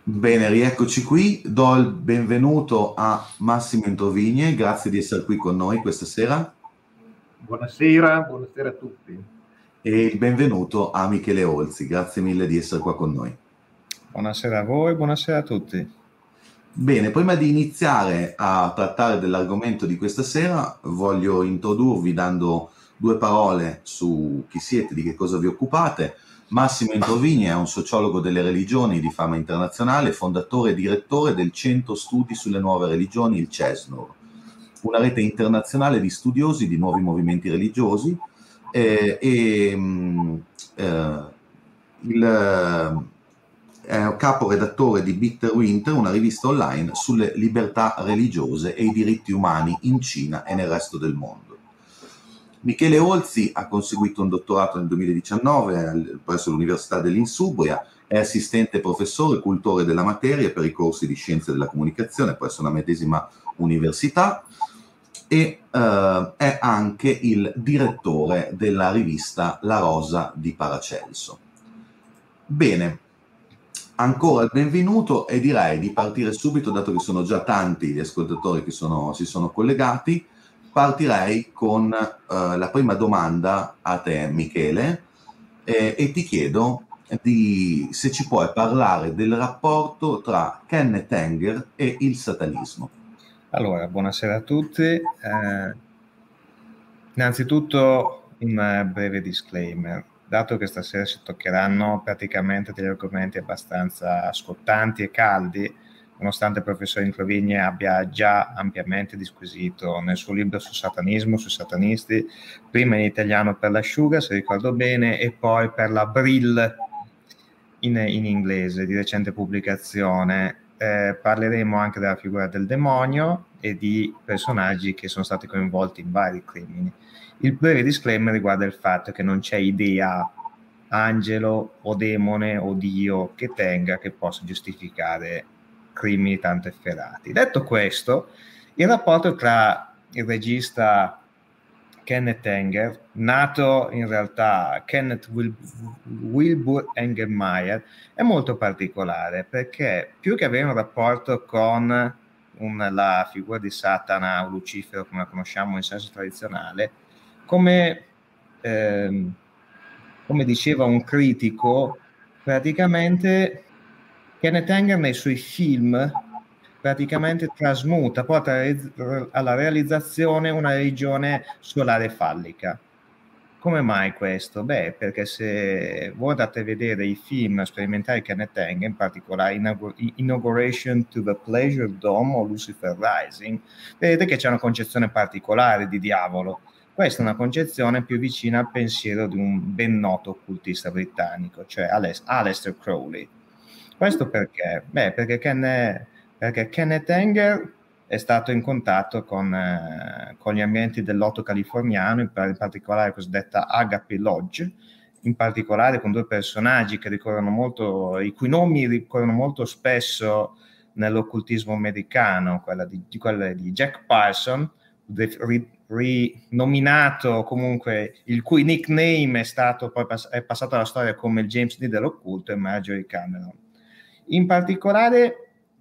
Bene, rieccoci qui. Do il benvenuto a Massimo Introvigne, grazie di essere qui con noi questa sera, Buonasera, buonasera a tutti. e il benvenuto a Michele Olzi, grazie mille di essere qua con noi. Buonasera a voi, buonasera a tutti. Bene, prima di iniziare a trattare dell'argomento di questa sera, voglio introdurvi dando due parole su chi siete, di che cosa vi occupate. Massimo Introvigne è un sociologo delle religioni di fama internazionale, fondatore e direttore del Centro Studi sulle Nuove Religioni, il CESNUR, una rete internazionale di studiosi di nuovi movimenti religiosi è caporedattore di Bitter Winter, una rivista online sulle libertà religiose e i diritti umani in Cina e nel resto del mondo. Michele Olzi ha conseguito un dottorato nel 2019 presso l'Università dell'Insubria, è assistente professore cultore della materia per i corsi di scienze della comunicazione presso la medesima università e è anche il direttore della rivista La Rosa di Paracelso. Bene, ancora il benvenuto e direi di partire subito, dato che sono già tanti gli ascoltatori che si sono collegati. Partirei con la prima domanda a te, Michele, e ti chiedo se ci puoi parlare del rapporto tra Kenneth Anger e il satanismo. Allora, buonasera a tutti. Innanzitutto un breve disclaimer. Dato che stasera si toccheranno praticamente degli argomenti abbastanza scottanti e caldi, nonostante il professor Introvigne abbia già ampiamente disquisito nel suo libro sul satanismo, sui satanisti, prima in italiano per l'Asciuga, se ricordo bene, e poi per la Brill in inglese, di recente pubblicazione. Parleremo anche della figura del demonio e di personaggi che sono stati coinvolti in vari crimini. Il breve disclaimer riguarda il fatto che non c'è idea, angelo o demone o dio che tenga che possa giustificare crimini tanto efferati. Detto questo, il rapporto tra il regista Kenneth Anger, nato in realtà Kenneth Wilbur Angermeyer, è molto particolare perché più che avere un rapporto con la figura di Satana o Lucifero come la conosciamo in senso tradizionale, come diceva un critico, praticamente Kenneth Anger nei suoi film praticamente trasmuta, porta alla realizzazione una religione solare fallica. Come mai questo? Beh, perché se voi andate a vedere i film sperimentali di Kenneth Anger, in particolare Inauguration to the Pleasure Dome o Lucifer Rising, vedete che c'è una concezione particolare di diavolo. Questa è una concezione più vicina al pensiero di un ben noto occultista britannico, cioè Aleister Crowley. Questo perché? Beh, perché Kenneth Anger è stato in contatto con gli ambienti dell'Otto californiano, in particolare cosiddetta Agape Lodge, in particolare con due personaggi che ricorrono molto, i cui nomi ricorrono molto spesso nell'occultismo americano, quella di Jack Parson, rinominato comunque, il cui nickname è passato alla storia come il James Dean dell'occulto, e Marjorie Cameron. In particolare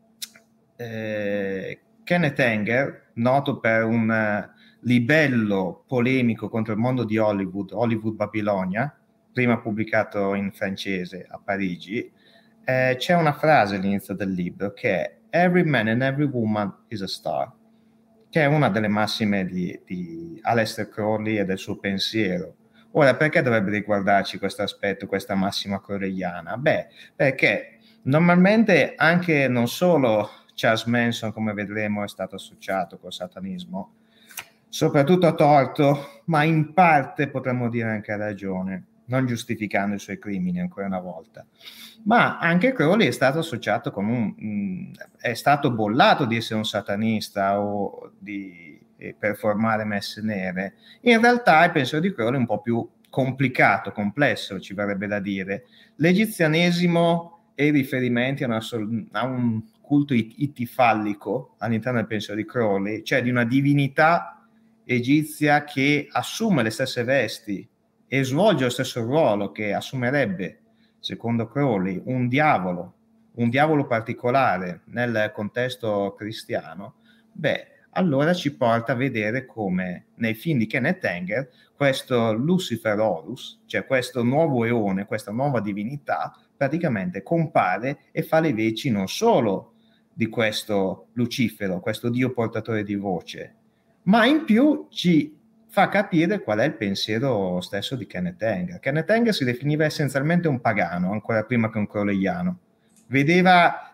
Kenneth Anger, noto per un libello polemico contro il mondo di Hollywood Babilonia, prima pubblicato in francese a Parigi, c'è una frase all'inizio del libro che è "Every man and every woman is a star", che è una delle massime di Aleister Crowley e del suo pensiero. Ora, perché dovrebbe riguardarci questo aspetto, questa massima crowleyana? Beh, perché normalmente anche non solo Charles Manson, come vedremo, è stato associato col satanismo, soprattutto a torto, ma in parte potremmo dire anche a ragione, non giustificando i suoi crimini ancora una volta. Ma anche Crowley è stato associato con è stato bollato di essere un satanista o di performare messe nere. In realtà il pensiero di Crowley è un po' più complicato, complesso, ci verrebbe da dire. L'egizianesimo e i riferimenti a un culto itifallico all'interno del pensiero di Crowley, cioè di una divinità egizia che assume le stesse vesti e svolge lo stesso ruolo che assumerebbe, secondo Crowley, un diavolo un diavolo particolare nel contesto cristiano, beh, allora ci porta a vedere come nei film di Kenneth Anger questo Lucifer Horus, cioè questo nuovo eone, questa nuova divinità, praticamente compare e fa le veci non solo di questo Lucifero, questo dio portatore di voce, ma in più ci fa capire qual è il pensiero stesso di Kenneth Anger. Kenneth Anger si definiva essenzialmente un pagano, ancora prima che un crowleyano. Vedeva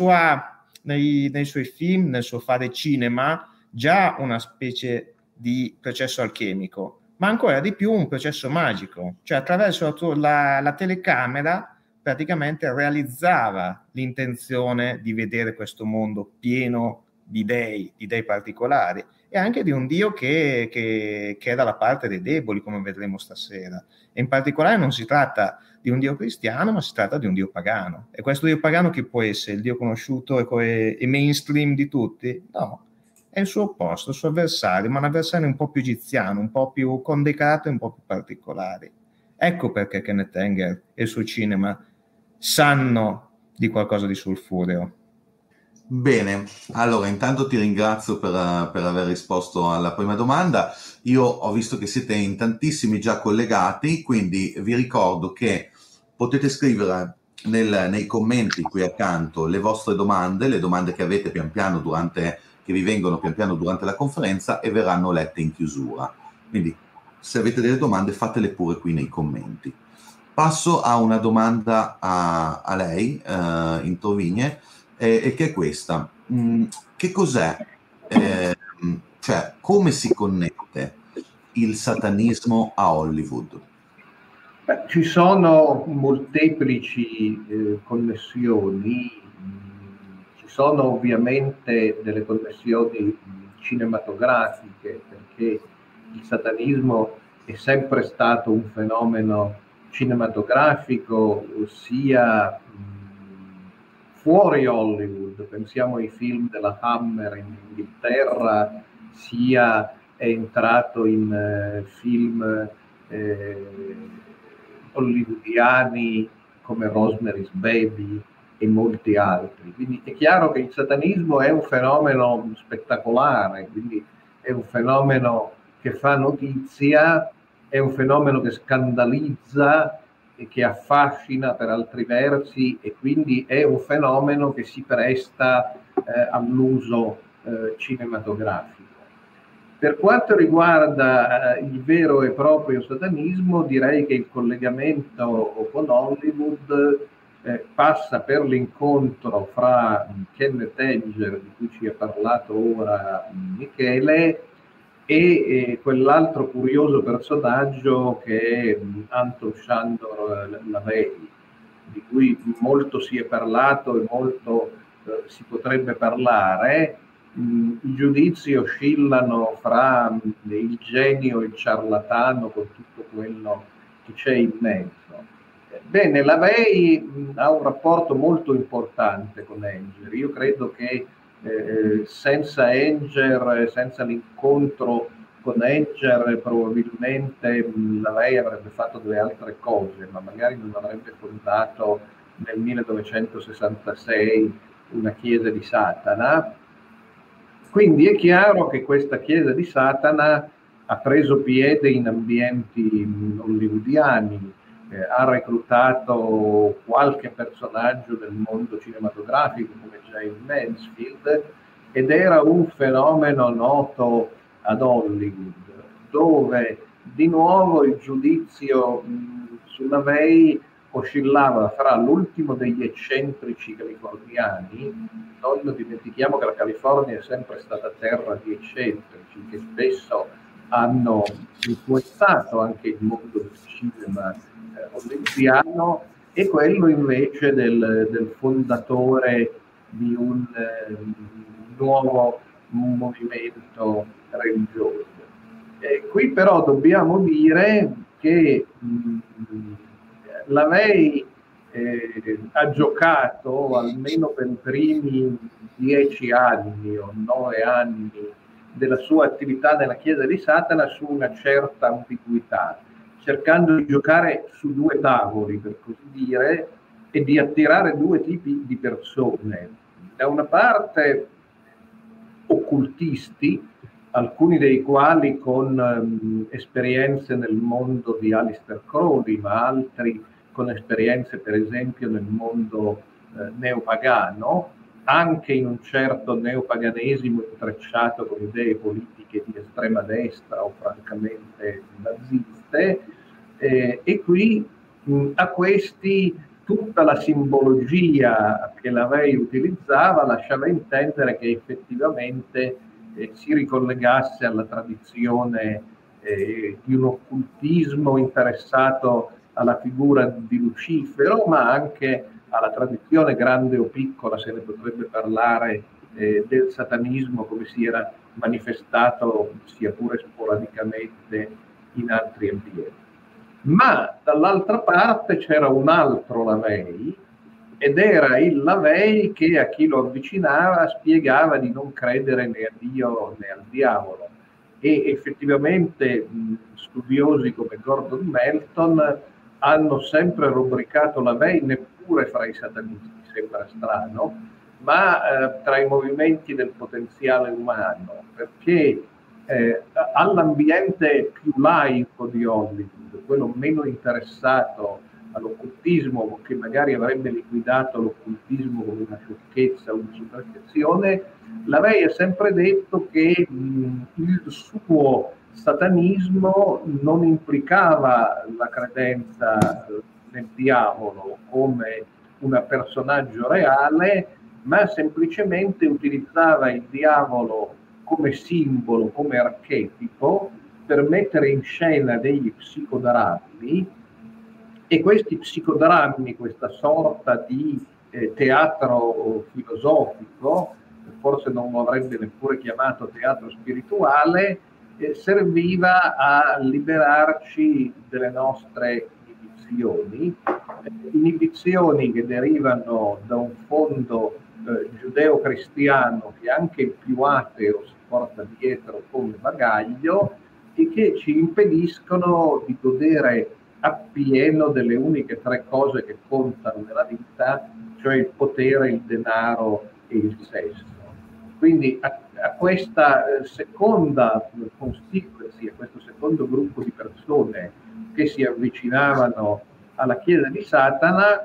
nei suoi film, nel suo fare cinema, già una specie di processo alchemico, ma ancora di più un processo magico, cioè attraverso la telecamera praticamente realizzava l'intenzione di vedere questo mondo pieno di dei particolari, e anche di un Dio che è dalla parte dei deboli, come vedremo stasera. E in particolare non si tratta di un Dio cristiano, ma si tratta di un Dio pagano. E questo Dio pagano che può essere il Dio conosciuto e mainstream di tutti? No, è il suo opposto, il suo avversario, ma un avversario un po' più egiziano, un po' più con dei caratteri un po' più particolari. Ecco perché Kenneth Anger e il suo cinema sanno di qualcosa di sulfureo. Bene, allora intanto ti ringrazio per aver risposto alla prima domanda. Io ho visto che siete in tantissimi già collegati, quindi vi ricordo che potete scrivere nei commenti qui accanto le vostre domande, le domande che avete pian piano che vi vengono pian piano durante la conferenza e verranno lette in chiusura. Quindi se avete delle domande fatele pure qui nei commenti. Passo a una domanda a lei, Introvigne, e che è questa. Che cos'è, cioè come si connette il satanismo a Hollywood? Beh, ci sono molteplici connessioni, ci sono ovviamente delle connessioni cinematografiche, perché il satanismo è sempre stato un fenomeno cinematografico, sia fuori Hollywood, pensiamo ai film della Hammer in Inghilterra, sia è entrato in film hollywoodiani come Rosemary's Baby e molti altri. Quindi è chiaro che il satanismo è un fenomeno spettacolare, quindi è un fenomeno che fa notizia, è un fenomeno che scandalizza e che affascina per altri versi, e quindi è un fenomeno che si presta all'uso cinematografico. Per quanto riguarda il vero e proprio satanismo, direi che il collegamento con Hollywood passa per l'incontro fra Kenneth Anger, di cui ci ha parlato ora Michele, e quell'altro curioso personaggio che è Anton Szandor LaVey, di cui molto si è parlato e molto si potrebbe parlare. I giudizi oscillano fra il genio e il ciarlatano, con tutto quello che c'è in mezzo. Bene, LaVey ha un rapporto molto importante con Anger. Io credo che senza Anger, senza l'incontro con Anger, probabilmente LaVey avrebbe fatto delle altre cose, ma magari non avrebbe fondato nel 1966 una chiesa di Satana. Quindi è chiaro che questa chiesa di Satana ha preso piede in ambienti hollywoodiani, ha reclutato qualche personaggio del mondo cinematografico come Jane Mansfield, ed era un fenomeno noto ad Hollywood, dove di nuovo il giudizio su LaVey oscillava fra l'ultimo degli eccentrici californiani. Non dimentichiamo che la California è sempre stata terra di eccentrici che spesso hanno influenzato anche il mondo del cinema hollywoodiano, e quello invece del fondatore di un nuovo movimento religioso. Qui però dobbiamo dire che LaVey ha giocato almeno per i primi 10 anni o 9 anni della sua attività nella Chiesa di Satana su una certa ambiguità, cercando di giocare su due tavoli, per così dire, e di attirare due tipi di persone. Da una parte occultisti, alcuni dei quali con esperienze nel mondo di Aleister Crowley, ma altri con esperienze per esempio nel mondo neopagano, anche in un certo neopaganesimo intrecciato con idee politiche di estrema destra o francamente naziste, e qui a questi tutta la simbologia che LaVey utilizzava lasciava intendere che effettivamente si ricollegasse alla tradizione di un occultismo interessato alla figura di Lucifero, ma anche alla tradizione grande o piccola, se ne potrebbe parlare, del satanismo come si era manifestato sia pure sporadicamente in altri ambienti. Ma dall'altra parte c'era un altro LaVey, ed era il LaVey che a chi lo avvicinava spiegava di non credere né a Dio né al diavolo. E effettivamente studiosi come Gordon Melton hanno sempre rubricato LaVey neppure fra i satanisti, sembra strano, ma tra i movimenti del potenziale umano, perché all'ambiente più laico di Hollywood, quello meno interessato all'occultismo, che magari avrebbe liquidato l'occultismo come una sciocchezza, una superstizione, LaVey ha sempre detto che il suo satanismo non implicava la credenza nel diavolo come un personaggio reale, ma semplicemente utilizzava il diavolo come simbolo, come archetipo, per mettere in scena degli psicodrammi, e questi psicodrammi, questa sorta di teatro filosofico, forse non lo avrebbe neppure chiamato teatro spirituale, serviva a liberarci delle nostre inibizioni che derivano da un fondo giudeo-cristiano che anche il più ateo si porta dietro come bagaglio, e che ci impediscono di godere appieno delle uniche tre cose che contano nella vita, cioè il potere, il denaro e il sesso. Quindi a questa seconda constituency, a questo secondo gruppo di persone che si avvicinavano alla Chiesa di Satana,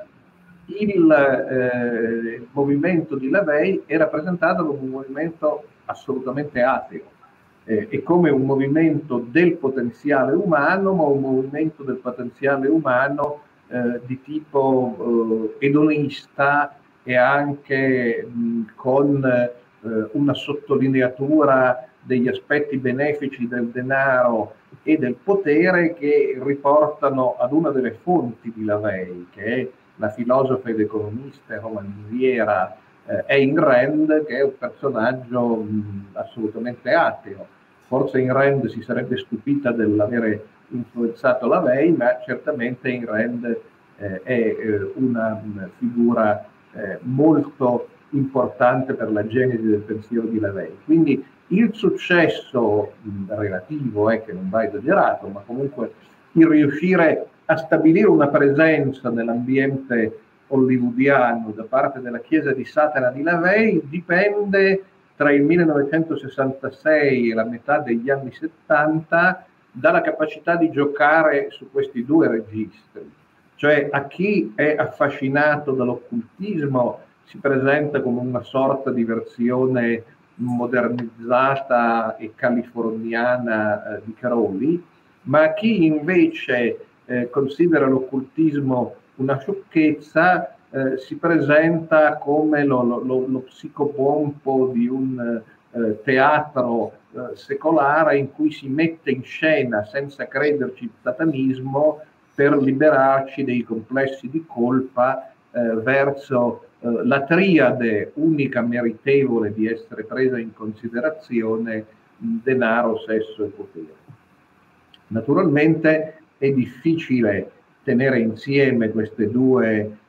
il movimento di LaVey è rappresentato come un movimento assolutamente ateo, e come un movimento del potenziale umano, ma un movimento del potenziale umano di tipo edonista, e anche con una sottolineatura degli aspetti benefici del denaro e del potere, che riportano ad una delle fonti di LaVey, che è la filosofa ed economista romanziera Ayn Rand, che è un personaggio assolutamente ateo. Forse Ayn Rand si sarebbe stupita dell'avere influenzato LaVey, ma certamente Ayn Rand è una figura molto importante per la genesi del pensiero di LaVey. Quindi il successo relativo, che non va esagerato, ma comunque il riuscire a stabilire una presenza nell'ambiente hollywoodiano da parte della Chiesa di Satana di LaVey dipende tra il 1966 e la metà degli anni 70 dalla capacità di giocare su questi due registri. Cioè, a chi è affascinato dall'occultismo si presenta come una sorta di versione modernizzata e californiana di Crowley, ma a chi invece considera l'occultismo una sciocchezza si presenta come lo psicopompo di un teatro secolare in cui si mette in scena senza crederci il satanismo per liberarci dei complessi di colpa verso la triade unica meritevole di essere presa in considerazione: denaro, sesso e potere. Naturalmente è difficile tenere insieme queste due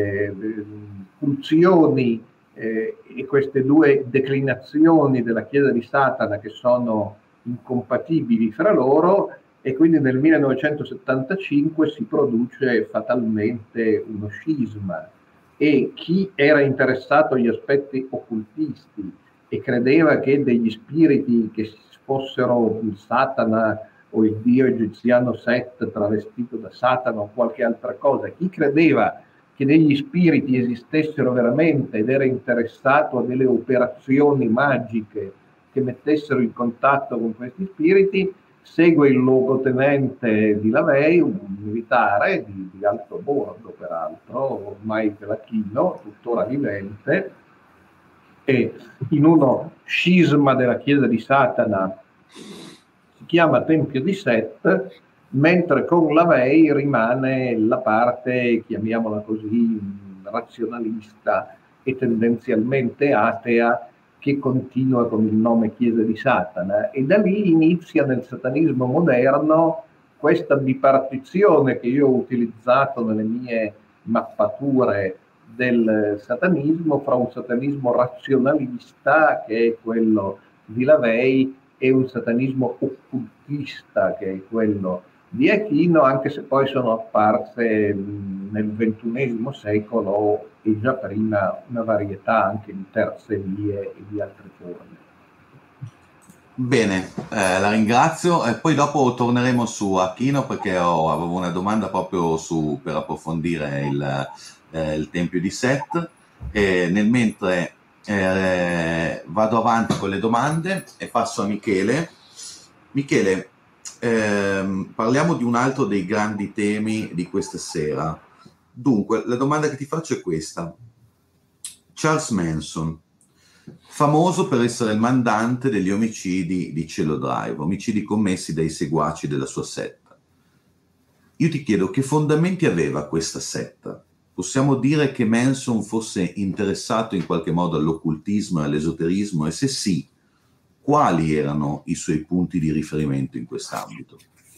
pulsioni e queste due declinazioni della Chiesa di Satana, che sono incompatibili fra loro, e quindi nel 1975 si produce fatalmente uno scisma. e chi era interessato agli aspetti occultisti e credeva che degli spiriti che fossero il Satana o il dio egiziano Set travestito da Satana o qualche altra cosa, chi credeva che degli spiriti esistessero veramente ed era interessato a delle operazioni magiche che mettessero in contatto con questi spiriti, segue il luogotenente di Lavei, un militare di alto bordo peraltro, ormai velachino, tuttora vivente, e in uno scisma della chiesa di Satana si chiama Tempio di Set, mentre con Lavei rimane la parte, chiamiamola così, razionalista e tendenzialmente atea, che continua con il nome Chiesa di Satana, e da lì inizia nel satanismo moderno questa bipartizione che io ho utilizzato nelle mie mappature del satanismo, fra un satanismo razionalista, che è quello di Lavei, e un satanismo occultista, che è quello di Achino, anche se poi sono apparse nel XXI secolo e già prima una varietà anche di terze vie e di altre forme. Bene, la ringrazio e poi dopo torneremo su Achino perché avevo una domanda proprio per approfondire il Tempio di Set, e nel mentre vado avanti con le domande e passo a Michele. Michele, parliamo di un altro dei grandi temi di questa sera. Dunque, la domanda che ti faccio è questa. Charles Manson, famoso per essere il mandante degli omicidi di Cielo Drive, omicidi commessi dai seguaci della sua setta. Io ti chiedo che fondamenti aveva questa setta? Possiamo dire che Manson fosse interessato in qualche modo all'occultismo e all'esoterismo, e se sì, quali erano i suoi punti di riferimento in quest'ambito?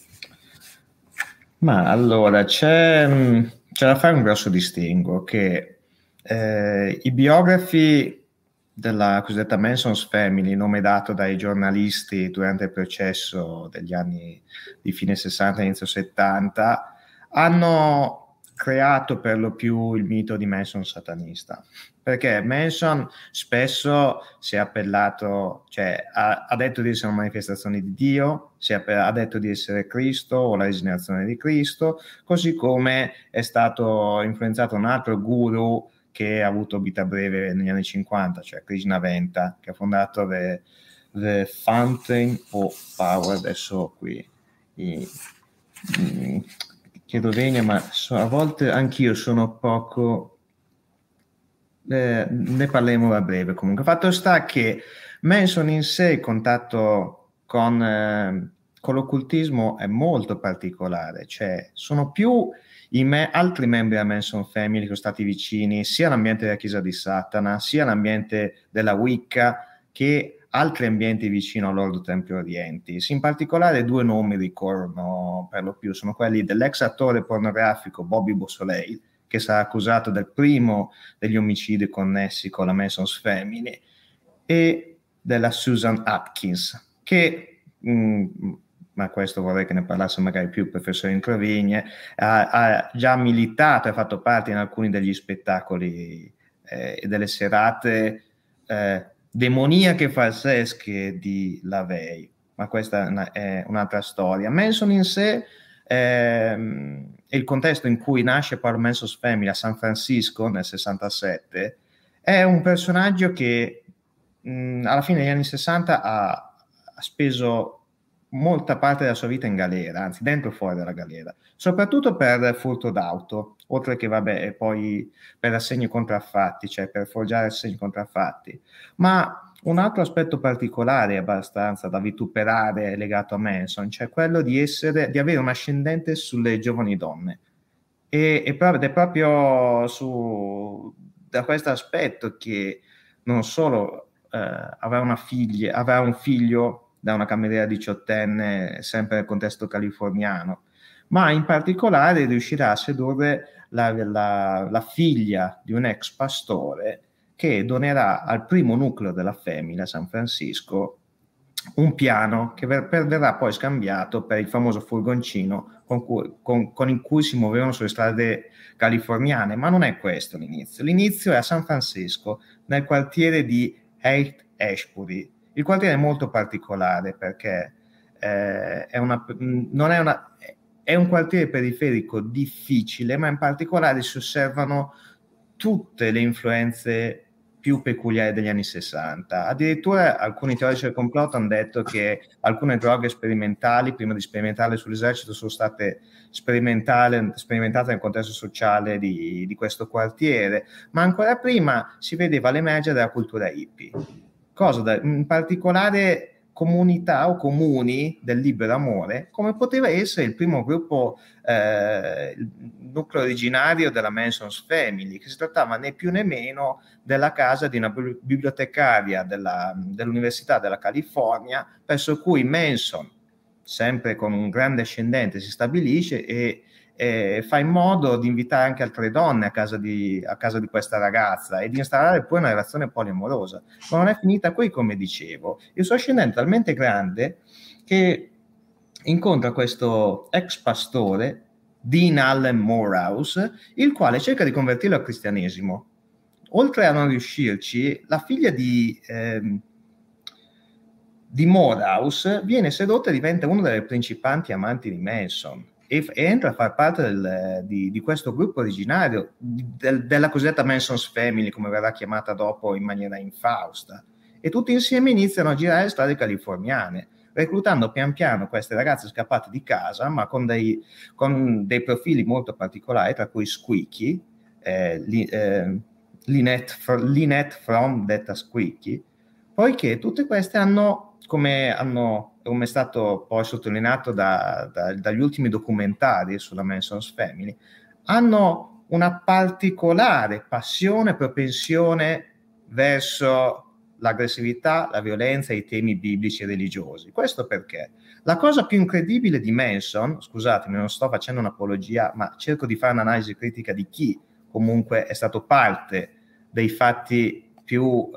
Ma allora c'è da fare un grosso distinguo che i biografi della cosiddetta Manson's Family, nome dato dai giornalisti durante il processo degli anni di fine 60 inizio 70, hanno creato per lo più il mito di Manson satanista, perché Manson spesso si è appellato, cioè ha detto di essere una manifestazione di Dio, ha detto di essere Cristo o la rigenerazione di Cristo, così come è stato influenzato un altro guru che ha avuto vita breve negli anni 50, cioè Krishnaventa, che ha fondato The Fountain of Power. Adesso qui chiedo venia, ma a volte anch'io sono poco... ne parleremo a breve. Comunque, fatto sta che Manson in sé, il contatto con l'occultismo è molto particolare, cioè sono più altri membri della Manson Family che sono stati vicini sia all'ambiente della Chiesa di Satana, sia all'ambiente della Wicca, che altri ambienti vicino all'Ordo Tempio Orientis. In particolare due nomi ricorrono per lo più, sono quelli dell'ex attore pornografico Bobby Beausoleil, che sarà accusato del primo degli omicidi connessi con la Manson's Family, e della Susan Atkins, che ma questo vorrei che ne parlasse magari più il professore Introvigne, ha già militato, ha fatto parte in alcuni degli spettacoli e delle serate demoniache falsesche di Lavey, ma questa è un'altra storia. Manson in sé, il contesto in cui nasce Paul Manson's Family a San Francisco nel 67, è un personaggio che alla fine degli anni 60 ha speso molta parte della sua vita in galera, anzi dentro e fuori dalla galera, soprattutto per furto d'auto, oltre che poi per assegni contraffatti, cioè per forgiare assegni contraffatti. Ma un altro aspetto particolare abbastanza da vituperare legato a Manson, cioè quello di avere un ascendente sulle giovani donne, ed è proprio da questo aspetto che non solo aveva un figlio da una cameriera diciottenne, sempre nel contesto californiano, ma in particolare riuscirà a sedurre la figlia di un ex pastore, che donerà al primo nucleo della Family a San Francisco un piano che verrà poi scambiato per il famoso furgoncino con in cui si muovevano sulle strade californiane. Ma non è questo l'inizio. L'inizio è a San Francisco, nel quartiere di Haight-Ashbury. Il quartiere è molto particolare perché è un quartiere periferico difficile, ma in particolare si osservano tutte le influenze più peculiari degli anni 60. Addirittura alcuni teorici del complotto hanno detto che alcune droghe sperimentali, prima di sperimentarle sull'esercito, sono state sperimentate nel contesto sociale di questo quartiere, ma ancora prima si vedeva l'emergere della cultura hippie. In particolare comunità o comuni del libero amore, come poteva essere il primo gruppo, il nucleo originario della Manson's Family, che si trattava né più né meno della casa di una bibliotecaria dell'Università della California, presso cui Manson, sempre con un grande ascendente, si stabilisce e fa in modo di invitare anche altre donne a casa di questa ragazza e di instaurare poi una relazione poliamorosa. Ma non è finita qui, come dicevo. Il suo ascendente è talmente grande che incontra questo ex pastore, Dean Allen Morehouse, il quale cerca di convertirlo al cristianesimo. Oltre a non riuscirci, la figlia di Morehouse viene sedotta e diventa una delle principali amanti di Manson e entra a far parte di questo gruppo originario della cosiddetta Manson's Family, come verrà chiamata dopo in maniera infausta, e tutti insieme iniziano a girare le strade californiane, reclutando pian piano queste ragazze scappate di casa, ma con dei profili molto particolari, tra cui Squeaky, Lynette From, detta Squeaky, poiché tutte queste come è stato poi sottolineato dagli ultimi documentari sulla Manson's Family, hanno una particolare passione e propensione verso l'aggressività, la violenza e i temi biblici e religiosi. Questo perché la cosa più incredibile di Manson, scusatemi, non sto facendo un'apologia, ma cerco di fare un'analisi critica di chi comunque è stato parte dei fatti più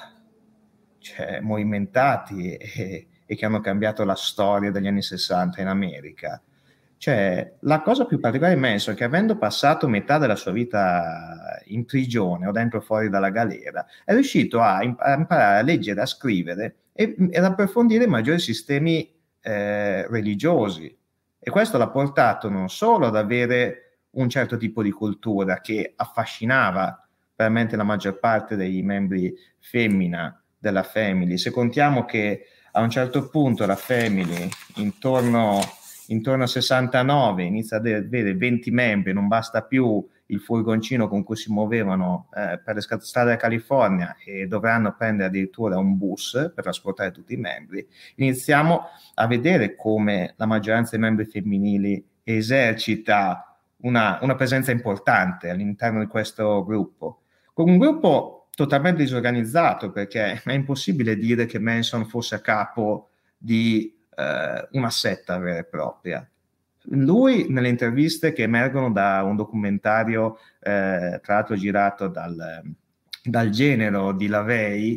movimentati e che hanno cambiato la storia degli anni 60 in America. La cosa più particolare di Manson è che, avendo passato metà della sua vita in prigione o dentro o fuori dalla galera, è riuscito a imparare a leggere, a scrivere e ad approfondire maggiori sistemi religiosi. E questo l'ha portato non solo ad avere un certo tipo di cultura che affascinava veramente la maggior parte dei membri femmina della Family. Se contiamo che a un certo punto la Family intorno al 69 inizia ad avere 20 membri, non basta più il furgoncino con cui si muovevano per le strade della California e dovranno prendere addirittura un bus per trasportare tutti i membri, iniziamo a vedere come la maggioranza dei membri femminili esercita una presenza importante all'interno di questo gruppo. Con un gruppo totalmente disorganizzato, perché è impossibile dire che Manson fosse a capo di una setta vera e propria. Lui, nelle interviste che emergono da un documentario tra l'altro girato dal genero di LaVey,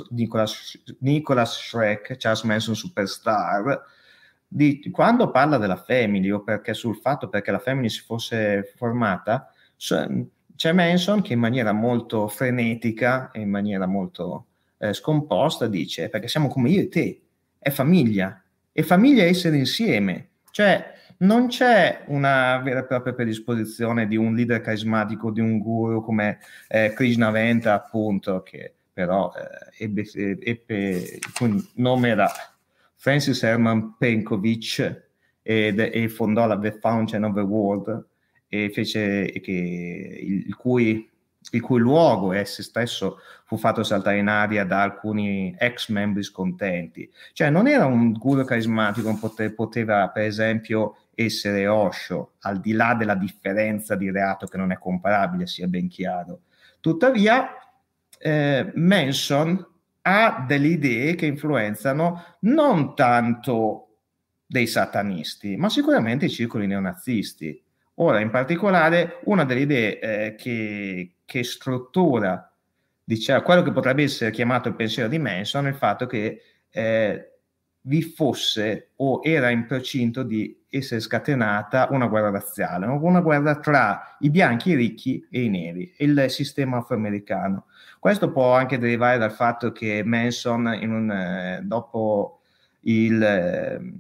Nicholas Schreck, Charles Manson Superstar, quando parla della Family o sul fatto perché la Family si fosse formata, c'è Manson che in maniera molto frenetica e in maniera molto scomposta dice: perché siamo come io e te, è famiglia, e famiglia è essere insieme. Non c'è una vera e propria predisposizione di un leader carismatico, di un guru come Krishnaventa, appunto, che però il cui nome era Francis Herman Penkovich e fondò la The Fountain of the World, e il cui luogo esso stesso fu fatto saltare in aria da alcuni ex membri scontenti. Non era un guru carismatico, poteva per esempio essere Osho, al di là della differenza di reato che non è comparabile, sia ben chiaro. Tuttavia Manson ha delle idee che influenzano non tanto dei satanisti, ma sicuramente i circoli neonazisti. Ora, in particolare, una delle idee che struttura quello che potrebbe essere chiamato il pensiero di Manson è il fatto che vi fosse o era in procinto di essere scatenata una guerra razziale, una guerra tra i bianchi, i ricchi e i neri, il sistema afroamericano. Questo può anche derivare dal fatto che Manson, dopo il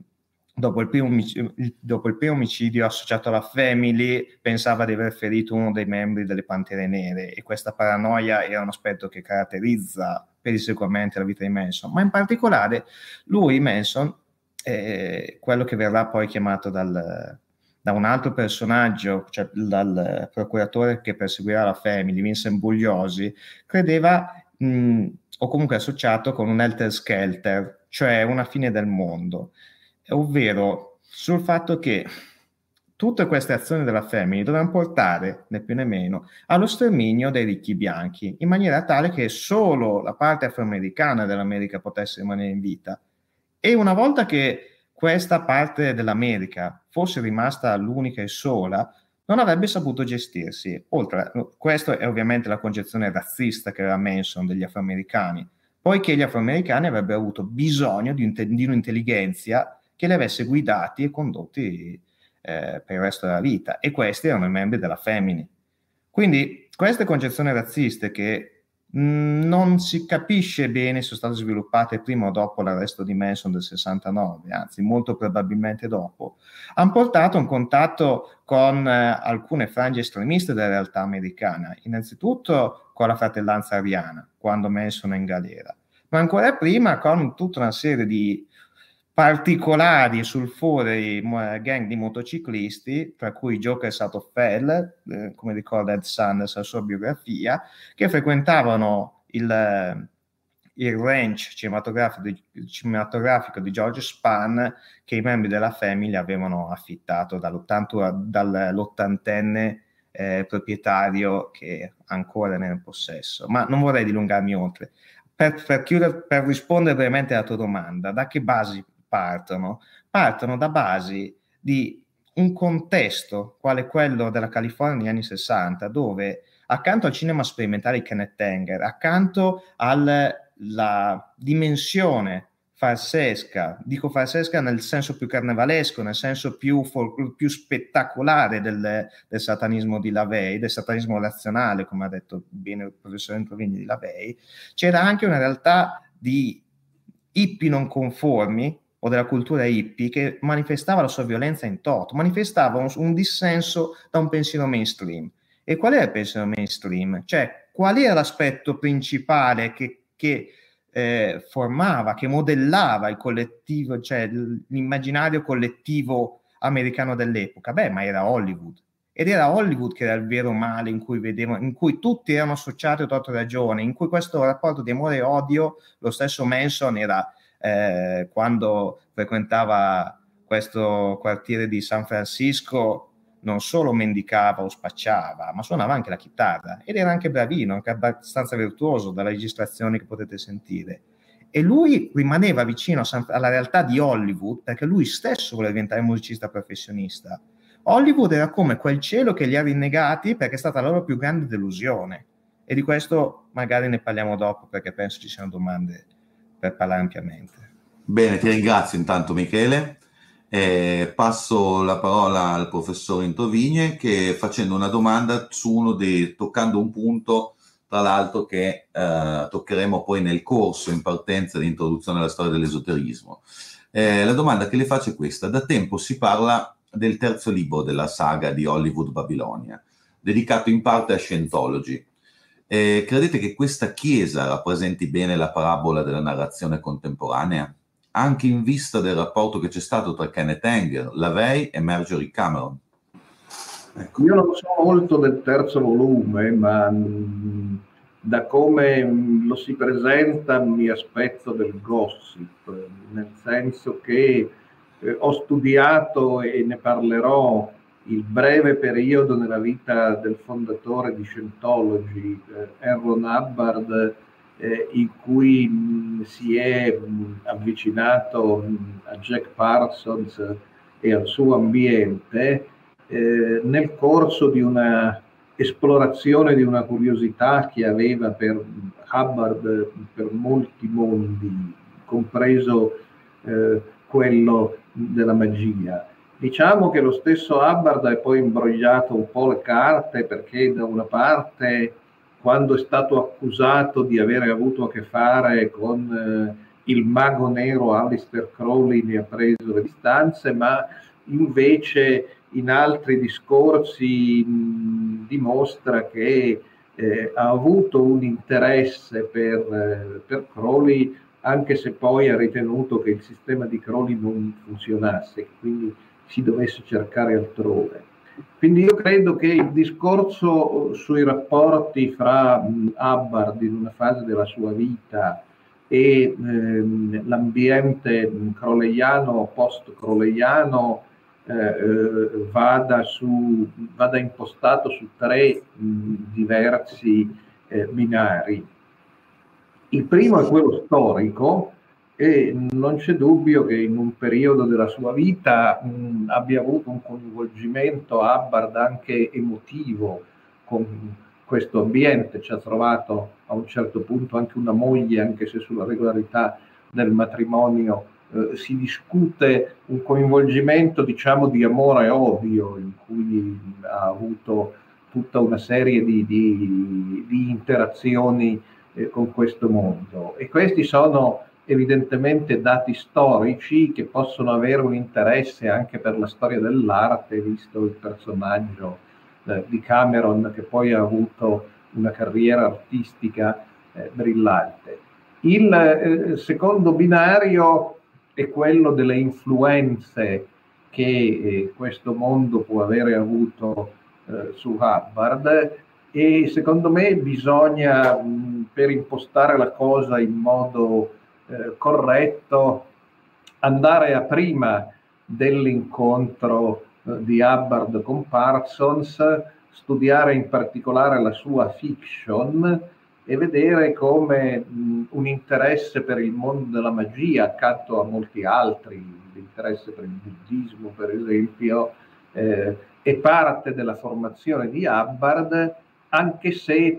primo omicidio associato alla Family, pensava di aver ferito uno dei membri delle Pantere Nere, e questa paranoia era un aspetto che caratterizza pedissequamente la vita di Manson, ma in particolare lui, Manson, quello che verrà poi chiamato da un altro personaggio, cioè dal procuratore che perseguirà la Family, Vincent Bugliosi, credeva, o comunque associato con un helter skelter, cioè una fine del mondo, ovvero sul fatto che tutte queste azioni della Family dovevano portare, né più né meno, allo sterminio dei ricchi bianchi, in maniera tale che solo la parte afroamericana dell'America potesse rimanere in vita. E una volta che questa parte dell'America fosse rimasta l'unica e sola, non avrebbe saputo gestirsi. Oltre, questo è ovviamente la concezione razzista che aveva Manson degli afroamericani, poiché gli afroamericani avrebbero avuto bisogno di un'intelligenza che li avesse guidati e condotti per il resto della vita, e questi erano i membri della Family. Quindi queste concezioni razziste, che non si capisce bene se sono state sviluppate prima o dopo l'arresto di Manson del 69, anzi molto probabilmente dopo, hanno portato un contatto con alcune frange estremiste della realtà americana, innanzitutto con la fratellanza ariana, quando Manson è in galera, ma ancora prima con tutta una serie di particolari e sulfurei gang di motociclisti, tra cui Jokers Out of Hell, come ricorda Ed Sanders nella sua biografia, che frequentavano il ranch cinematografico di George Spahn, che i membri della Family avevano affittato dall'ottantenne proprietario che ancora ne è in possesso. Ma non vorrei dilungarmi oltre. Per rispondere brevemente alla tua domanda, da che basi partono? Partono da basi di un contesto quale quello della California negli anni 60, dove accanto al cinema sperimentale di Kenneth Anger, accanto alla dimensione farsesca, dico farsesca nel senso più carnevalesco, nel senso più spettacolare del satanismo di LaVey, del satanismo razionale, come ha detto bene il professore Introvigni di LaVey, c'era anche una realtà di hippie non conformi, o della cultura hippie, che manifestava la sua violenza in toto, manifestava un dissenso da un pensiero mainstream. E qual è il pensiero mainstream? Cioè, qual era l'aspetto principale che formava, che modellava il collettivo, cioè l'immaginario collettivo americano dell'epoca? Beh, ma era Hollywood. Ed era Hollywood che era il vero male in cui tutti erano associati a torto ragione, in cui questo rapporto di amore e odio, lo stesso Manson era, quando frequentava questo quartiere di San Francisco, non solo mendicava o spacciava, ma suonava anche la chitarra, ed era anche bravino, anche abbastanza virtuoso dalle registrazioni che potete sentire. E lui rimaneva vicino alla realtà di Hollywood, perché lui stesso voleva diventare musicista professionista. Hollywood era come quel cielo che li ha rinnegati, perché è stata la loro più grande delusione. E di questo magari ne parliamo dopo, perché penso ci siano domande per parlare ampiamente. Bene, ti ringrazio intanto Michele. Passo la parola al professor Introvigne, che facendo una domanda toccando un punto, tra l'altro, che toccheremo poi nel corso in partenza di introduzione alla storia dell'esoterismo. La domanda che le faccio è questa: da tempo si parla del terzo libro della saga di Hollywood Babilonia, dedicato in parte a Scientology. Credete che questa chiesa rappresenti bene la parabola della narrazione contemporanea, anche in vista del rapporto che c'è stato tra Kenneth Anger, LaVey e Marjorie Cameron? Ecco. Io non so molto del terzo volume, ma da come lo si presenta mi aspetto del gossip, nel senso che ho studiato e ne parlerò il breve periodo nella vita del fondatore di Scientology, Ron Hubbard, in cui si è avvicinato a Jack Parsons e al suo ambiente nel corso di una esplorazione di una curiosità che aveva per Hubbard per molti mondi, compreso quello della magia. Diciamo che lo stesso Hubbard ha poi imbrogliato un po' le carte, perché da una parte, quando è stato accusato di avere avuto a che fare con il mago nero Aleister Crowley, ne ha preso le distanze, ma invece in altri discorsi dimostra che ha avuto un interesse per Crowley, anche se poi ha ritenuto che il sistema di Crowley non funzionasse, quindi si dovesse cercare altrove. Quindi io credo che il discorso sui rapporti fra Hubbard in una fase della sua vita e l'ambiente crowleyano o post-crowleyano vada impostato su tre diversi binari. Il primo è quello storico, e non c'è dubbio che in un periodo della sua vita abbia avuto un coinvolgimento Hubbard anche emotivo con questo ambiente. Ci ha trovato a un certo punto anche una moglie, anche se sulla regolarità del matrimonio si discute, un coinvolgimento, diciamo, di amore e odio, in cui ha avuto tutta una serie di interazioni con questo mondo. E questi sono evidentemente dati storici che possono avere un interesse anche per la storia dell'arte, visto il personaggio di Cameron, che poi ha avuto una carriera artistica brillante. Il secondo binario è quello delle influenze che questo mondo può avere avuto su Hubbard, e secondo me bisogna, per impostare la cosa in modo corretto, andare a prima dell'incontro di Hubbard con Parsons, studiare in particolare la sua fiction e vedere come un interesse per il mondo della magia, accanto a molti altri, l'interesse per il buddismo per esempio, è parte della formazione di Hubbard, anche se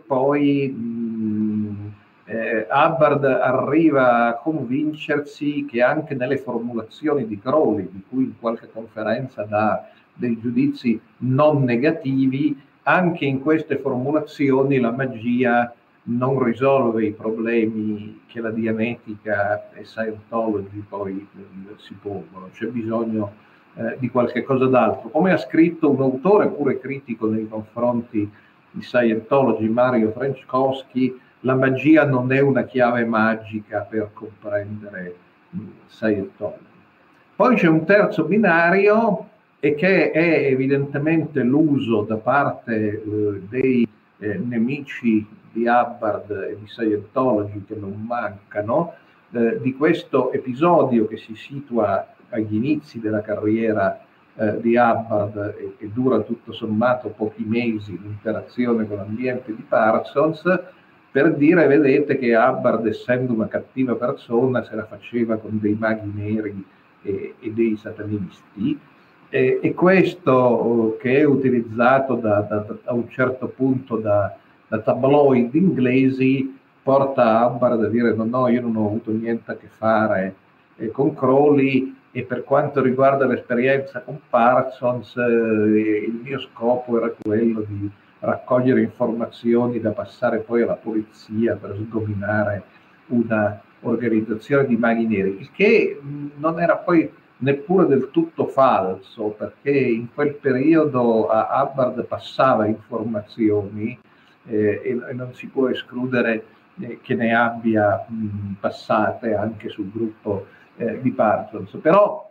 poi Hubbard arriva a convincersi che anche nelle formulazioni di Crowley, di cui in qualche conferenza dà dei giudizi non negativi, anche in queste formulazioni la magia non risolve i problemi che la Dianetica e Scientology poi si pongono. C'è bisogno di qualche cosa d'altro. Come ha scritto un autore pure critico nei confronti di Scientology, Mario Frankowski, la magia non è una chiave magica per comprendere Scientology. Poi c'è un terzo binario, e che è evidentemente l'uso da parte dei nemici di Hubbard e di Scientology, che non mancano, di questo episodio che si situa agli inizi della carriera di Hubbard e che dura tutto sommato pochi mesi, l'interazione con l'ambiente di Parsons, per dire: vedete che Hubbard, essendo una cattiva persona, se la faceva con dei maghi neri e dei satanisti, e questo che è utilizzato a un certo punto da tabloid inglesi porta Hubbard a dire: no, io non ho avuto niente a che fare con Crowley, e per quanto riguarda l'esperienza con Parsons il mio scopo era quello di raccogliere informazioni da passare poi alla polizia per sgominare una organizzazione di maghi neri, il che non era poi neppure del tutto falso, perché in quel periodo a Hubbard passava informazioni e non si può escludere che ne abbia passate anche sul gruppo di Parsons. Però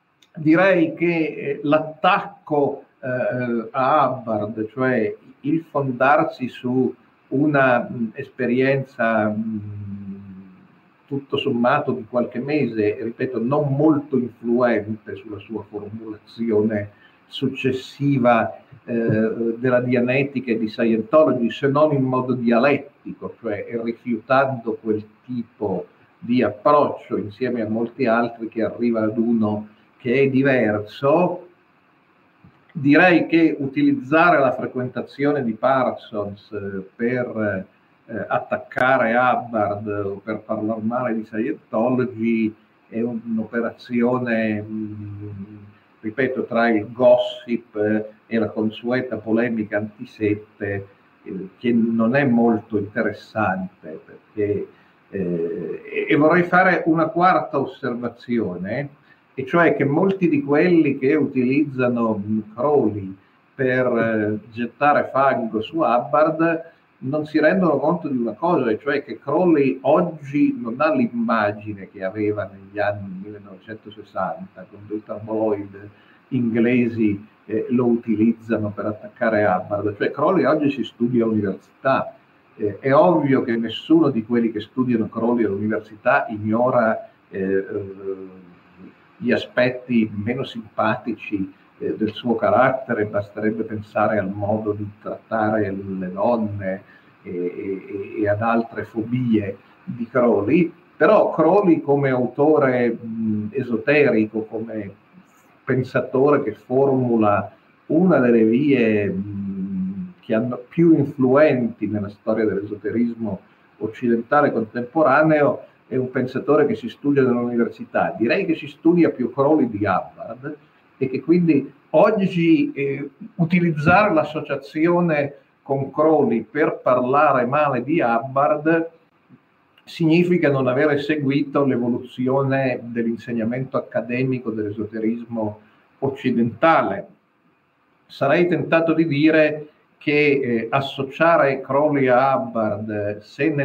direi che l'attacco a Hubbard, cioè il fondarsi su una esperienza tutto sommato di qualche mese, ripeto, non molto influente sulla sua formulazione successiva della Dianetica e di Scientology, se non in modo dialettico, cioè rifiutando quel tipo di approccio insieme a molti altri che arriva ad uno che è diverso. Direi che utilizzare la frequentazione di Parsons per attaccare Hubbard o per parlare male di Scientology è un'operazione, ripeto, tra il gossip e la consueta polemica antisette, che non è molto interessante, perché e vorrei fare una quarta osservazione, e cioè che molti di quelli che utilizzano Crowley per gettare fango su Hubbard non si rendono conto di una cosa, e cioè che Crowley oggi non ha l'immagine che aveva negli anni 1960, quando i tabloid inglesi lo utilizzano per attaccare Hubbard. Cioè Crowley oggi si studia all'università. È ovvio che nessuno di quelli che studiano Crowley all'università ignora gli aspetti meno simpatici del suo carattere, basterebbe pensare al modo di trattare le donne e ad altre fobie di Crowley. Però Crowley come autore esoterico, come pensatore che formula una delle vie che hanno più influenti nella storia dell'esoterismo occidentale contemporaneo, è un pensatore che si studia nell'università. Direi che si studia più Crowley di Hubbard, e che quindi oggi utilizzare l'associazione con Crowley per parlare male di Hubbard significa non avere seguito l'evoluzione dell'insegnamento accademico dell'esoterismo occidentale. Sarei tentato di dire che associare Crowley a Hubbard, se nel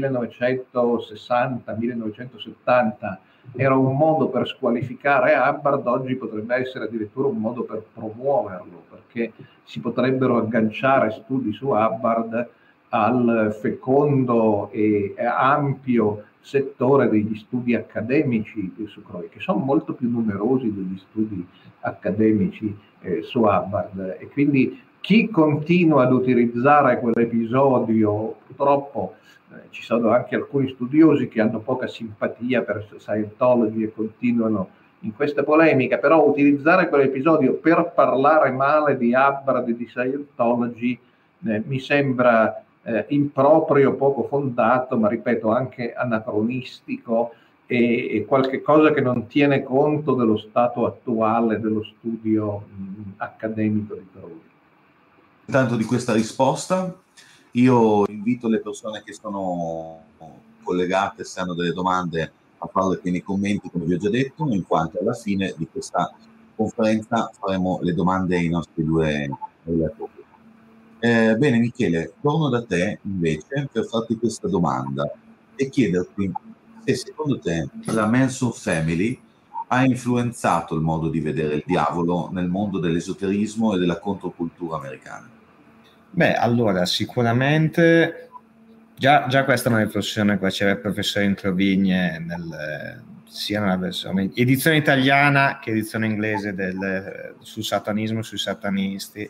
1960-1970 era un modo per squalificare Hubbard, oggi potrebbe essere addirittura un modo per promuoverlo, perché si potrebbero agganciare studi su Hubbard al fecondo e ampio settore degli studi accademici su Crowley, che sono molto più numerosi degli studi accademici su Hubbard. E quindi chi continua ad utilizzare quell'episodio, purtroppo ci sono anche alcuni studiosi che hanno poca simpatia per Scientology e continuano in questa polemica, però utilizzare quell'episodio per parlare male di Hubbard e di Scientology mi sembra improprio, poco fondato, ma ripeto anche anacronistico e qualche cosa che non tiene conto dello stato attuale dello studio accademico di Crowley. Intanto di questa risposta io invito le persone che sono collegate, se hanno delle domande, a farle qui nei commenti, come vi ho già detto, in quanto alla fine di questa conferenza faremo le domande ai nostri due relatori. Bene Michele, torno da te invece per farti questa domanda e chiederti se secondo te la Manson Family ha influenzato il modo di vedere il diavolo nel mondo dell'esoterismo e della controcultura americana. Beh, allora sicuramente già questa è una riflessione che faceva il professore Introvigne sia nella versione edizione italiana che edizione inglese sul satanismo e sui satanisti,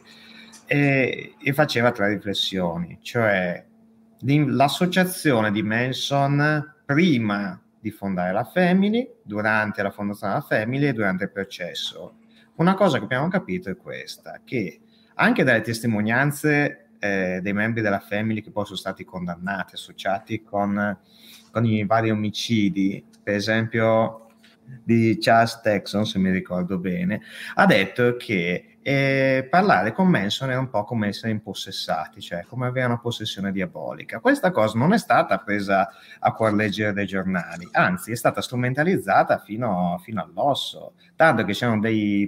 e faceva tre riflessioni, cioè l'associazione di Manson prima di fondare la Family, durante la fondazione della Family e durante il processo. Una cosa che abbiamo capito è questa, che anche dalle testimonianze dei membri della Family che poi sono stati condannati, associati con i vari omicidi, per esempio di Charles Texon, se mi ricordo bene, ha detto che parlare con Manson era un po' come essere impossessati, cioè come avere una possessione diabolica. Questa cosa non è stata presa a cuor leggere dai giornali, anzi è stata strumentalizzata fino all'osso, tanto che c'erano dei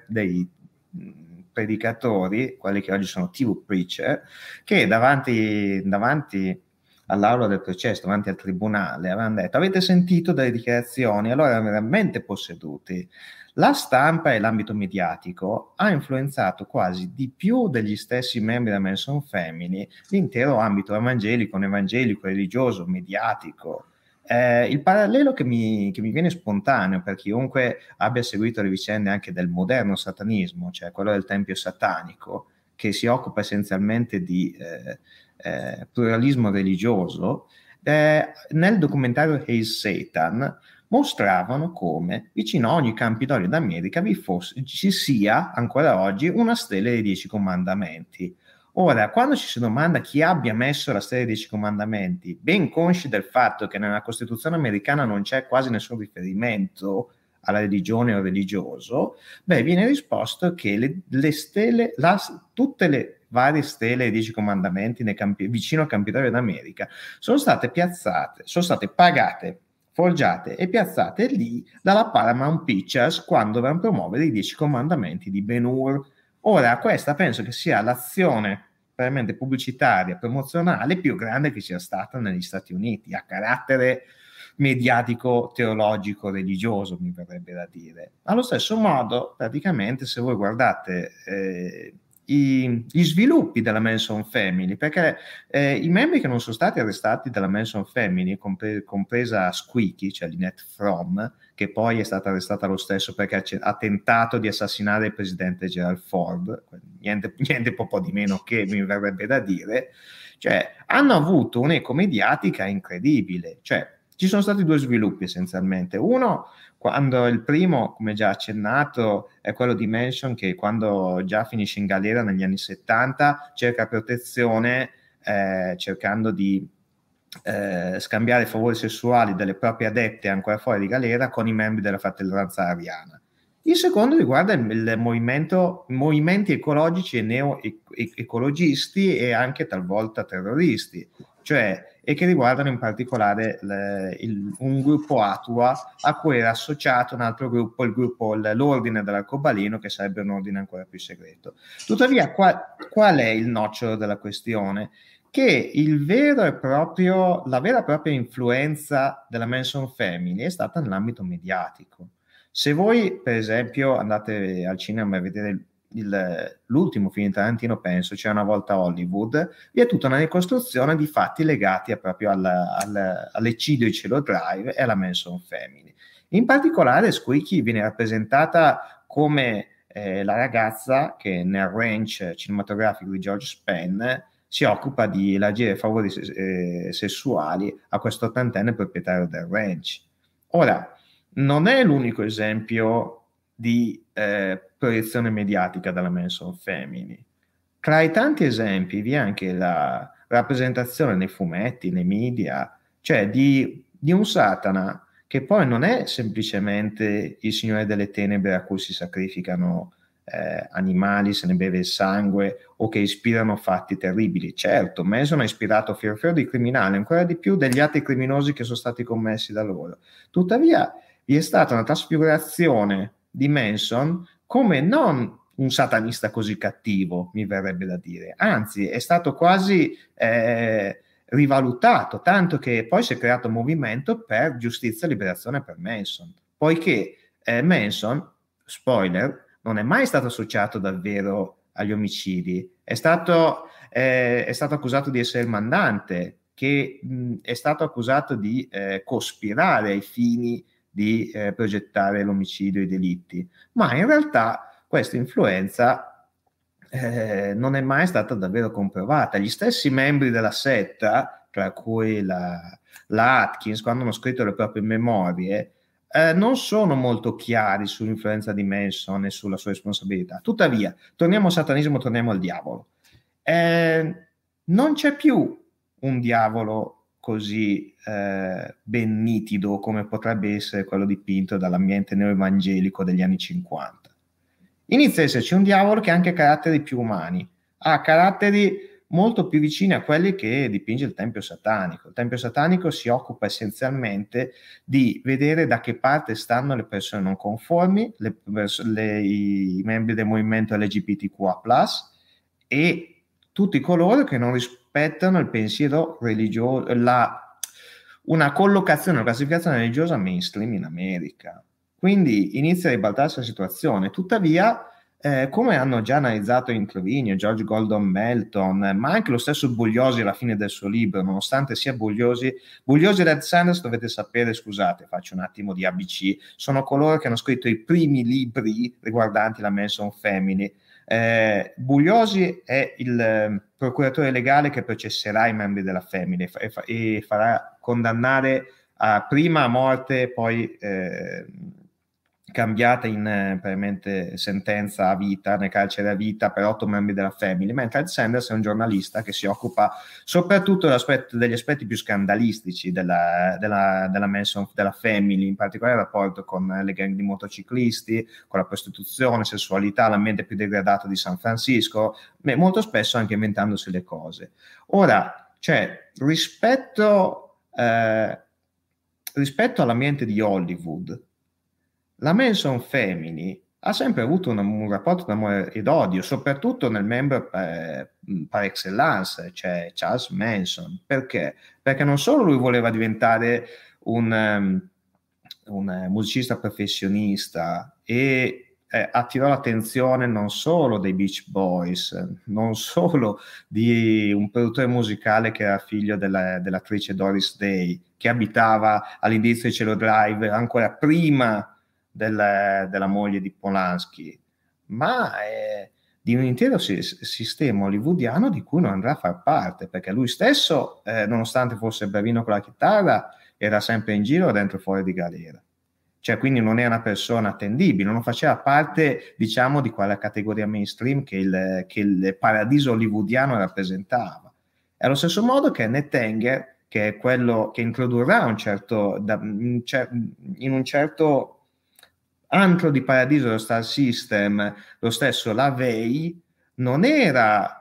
predicatori, quelli che oggi sono TV preacher, che davanti all'aula del processo, davanti al tribunale, avevano detto: avete sentito delle dichiarazioni? Allora erano veramente posseduti. La stampa e l'ambito mediatico ha influenzato quasi di più degli stessi membri della Manson Family l'intero ambito evangelico, religioso, mediatico. Il parallelo che mi viene spontaneo per chiunque abbia seguito le vicende anche del moderno satanismo, cioè quello del tempio satanico, che si occupa essenzialmente di pluralismo religioso, nel documentario Hail Satan mostravano come vicino a ogni campidoglio d'America ci sia ancora oggi una stele dei 10 comandamenti. Ora, quando ci si domanda chi abbia messo la serie dei 10 comandamenti, ben consci del fatto che nella Costituzione americana non c'è quasi nessun riferimento alla religione o religioso, viene risposto che le stele, tutte le varie stele dei 10 comandamenti vicino al Campidoglio d'America sono state piazzate, sono state pagate, forgiate e piazzate lì dalla Paramount Pictures quando dovevano promuovere i 10 comandamenti di Ben-Hur. Ora, questa penso che sia l'azione veramente pubblicitaria, promozionale più grande che sia stata negli Stati Uniti, a carattere mediatico, teologico, religioso, mi verrebbe da dire. Allo stesso modo, praticamente, se voi guardate gli sviluppi della Manson Family, perché i membri che non sono stati arrestati dalla Manson Family, compresa Squeaky, cioè Lynette Fromm, che poi è stata arrestata lo stesso perché ha tentato di assassinare il presidente Gerald Ford, niente po' di meno che, mi verrebbe da dire, cioè hanno avuto un'eco mediatica incredibile. Cioè ci sono stati due sviluppi essenzialmente. Uno, quando il primo, come già accennato, è quello di Manson, che quando già finisce in galera negli anni 70 cerca protezione cercando di scambiare favori sessuali delle proprie adette ancora fuori di galera con i membri della fratellanza ariana. Il secondo riguarda il movimenti ecologici e neo-ecologisti e anche talvolta terroristi, cioè, e che riguardano in particolare un gruppo Atua a cui era associato un altro gruppo, l'Ordine dell'Arcobaleno, che sarebbe un ordine ancora più segreto. Tuttavia, qual è il nocciolo della questione? Che la vera e propria influenza della Manson Family è stata nell'ambito mediatico. Se voi, per esempio, andate al cinema a vedere l'ultimo film di Tarantino, penso, C'era una volta Hollywood, vi è tutta una ricostruzione di fatti legati proprio all'eccidio di Cielo Drive e alla Manson Family. In particolare Squeaky viene rappresentata come la ragazza che nel ranch cinematografico di George Spenn si occupa di elargire favori sessuali a questo ottantenne proprietario del ranch. Ora, non è l'unico esempio di proiezione mediatica della Manson Family. Tra i tanti esempi vi è anche la rappresentazione nei fumetti, nei media, cioè di un Satana che poi non è semplicemente il Signore delle Tenebre a cui si sacrificano animali, se ne beve il sangue o che ispirano fatti terribili. Certo, Manson ha ispirato fior dei criminali, ancora di più degli atti criminosi che sono stati commessi da loro. Tuttavia vi è stata una trasfigurazione di Manson come non un satanista così cattivo, mi verrebbe da dire, anzi è stato quasi rivalutato, tanto che poi si è creato un movimento per giustizia e liberazione per Manson, poiché Manson, spoiler, non è mai stato associato davvero agli omicidi, è stato accusato di essere il mandante, che è stato accusato di cospirare ai fini di progettare l'omicidio e i delitti, ma in realtà questa influenza non è mai stata davvero comprovata. Gli stessi membri della setta, tra cui la Atkins, quando hanno scritto le proprie memorie, non sono molto chiari sull'influenza di Manson e sulla sua responsabilità. Tuttavia, torniamo al satanismo, torniamo al diavolo. Non c'è più un diavolo così ben nitido come potrebbe essere quello dipinto dall'ambiente neoevangelico degli anni 50. Inizia ad esserci un diavolo che ha anche caratteri più umani, ha caratteri molto più vicini a quelli che dipinge il Tempio Satanico. Il Tempio Satanico si occupa essenzialmente di vedere da che parte stanno le persone non conformi, i membri del movimento LGBTQA+, e tutti coloro che non rispettano il pensiero religioso, una collocazione, una classificazione religiosa mainstream in America. Quindi inizia a ribaltarsi la situazione. Tuttavia, come hanno già analizzato in Trovinio, George Gordon Melton, ma anche lo stesso Bugliosi alla fine del suo libro, nonostante sia Bugliosi e Red Sanders, dovete sapere, scusate, faccio un attimo di ABC, sono coloro che hanno scritto i primi libri riguardanti la Manson Family. Bugliosi è il procuratore legale che processerà i membri della Family e farà condannare prima a morte, poi cambiata in veramente sentenza a vita, nel carcere a vita per 8 membri della Family, mentre Ed Sanders è un giornalista che si occupa soprattutto degli aspetti più scandalistici della Manson, della Family, in particolare il rapporto con le gang di motociclisti, con la prostituzione, sessualità, l'ambiente più degradato di San Francisco, molto spesso anche inventandosi le cose. Ora, cioè, rispetto all'ambiente di Hollywood, la Manson Family ha sempre avuto un rapporto d'amore ed odio, soprattutto nel membro par excellence, cioè Charles Manson. Perché? Perché non solo lui voleva diventare un musicista professionista e attirò l'attenzione non solo dei Beach Boys, non solo di un produttore musicale che era figlio dell'attrice Doris Day, che abitava all'indirizzo di Cielo Drive ancora prima della moglie di Polanski, ma di un intero sistema hollywoodiano di cui non andrà a far parte, perché lui stesso, nonostante fosse bravino con la chitarra, era sempre in giro dentro e fuori di galera. Cioè, quindi non è una persona attendibile, non faceva parte, diciamo, di quella categoria mainstream che il paradiso hollywoodiano rappresentava. È allo stesso modo che Ned Anger, che è quello che introdurrà in un certo antro di paradiso dello Star System, lo stesso LaVey, non era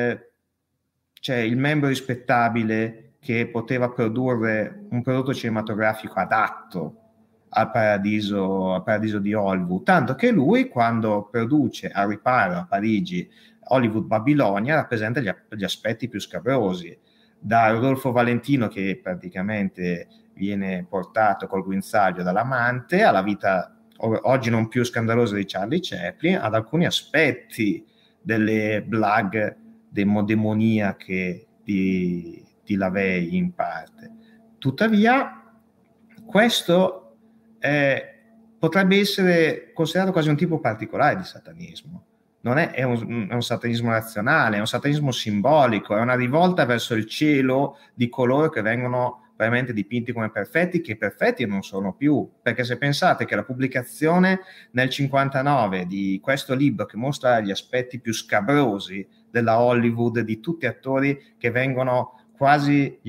il membro rispettabile che poteva produrre un prodotto cinematografico adatto al paradiso di Hollywood, tanto che lui, quando produce al riparo a Parigi Hollywood Babilonia, rappresenta gli aspetti più scabrosi, da Rodolfo Valentino, che praticamente viene portato col guinzaglio dall'amante, alla vita oggi non più scandalosa di Charlie Chaplin, ad alcuni aspetti delle blague demoniache di LaVey in parte. Tuttavia, questo potrebbe essere considerato quasi un tipo particolare di satanismo. Non è un satanismo razionale, è un satanismo simbolico, è una rivolta verso il cielo di coloro che vengono veramente dipinti come perfetti, che perfetti non sono più, perché se pensate che la pubblicazione nel 59 di questo libro, che mostra gli aspetti più scabrosi della Hollywood, di tutti attori che vengono quasi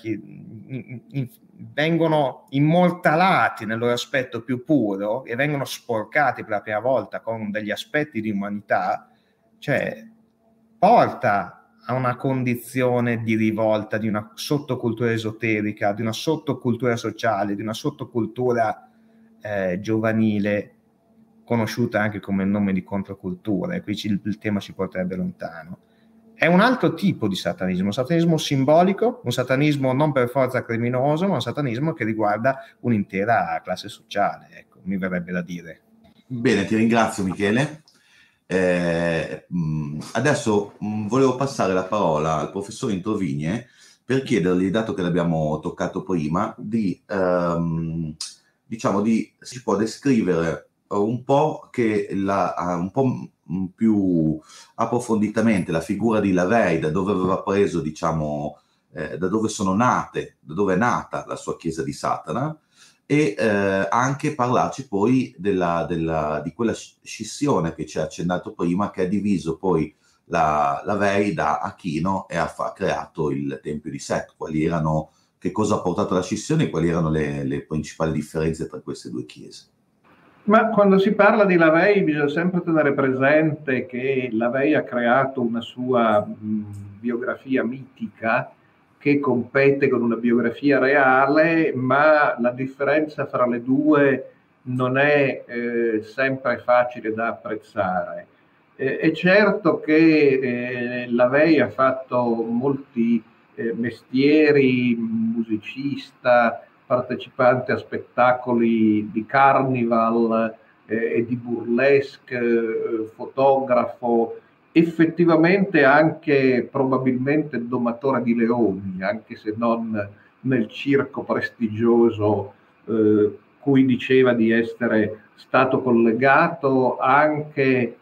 vengono immortalati nel loro aspetto più puro e vengono sporcati per la prima volta con degli aspetti di umanità, cioè porta a una condizione di rivolta, di una sottocultura esoterica, di una sottocultura sociale, di una sottocultura giovanile, conosciuta anche come il nome di controcultura, e qui il tema ci porterebbe lontano. È un altro tipo di satanismo, un satanismo simbolico, un satanismo non per forza criminoso, ma un satanismo che riguarda un'intera classe sociale, ecco, mi verrebbe da dire. Bene, ti ringrazio Michele. Adesso volevo passare la parola al professor Introvigne per chiedergli, dato che l'abbiamo toccato prima, si può descrivere un po' un po' più approfonditamente la figura di LaVey, da dove aveva preso, da dove da dove è nata la sua Chiesa di Satana, e anche parlarci poi di quella scissione che ci ha accennato prima, che ha diviso poi LaVey da Aquino e ha creato il Tempio di Set. Che cosa ha portato alla scissione e quali erano le principali differenze tra queste due chiese? Ma quando si parla di LaVey bisogna sempre tenere presente che LaVey ha creato una sua biografia mitica che compete con una biografia reale, ma la differenza fra le due non è sempre facile da apprezzare. È certo che LaVey ha fatto molti mestieri, musicista, partecipante a spettacoli di carnival e di burlesque, fotografo, effettivamente anche probabilmente domatore di leoni, anche se non nel circo prestigioso cui diceva di essere stato collegato, anche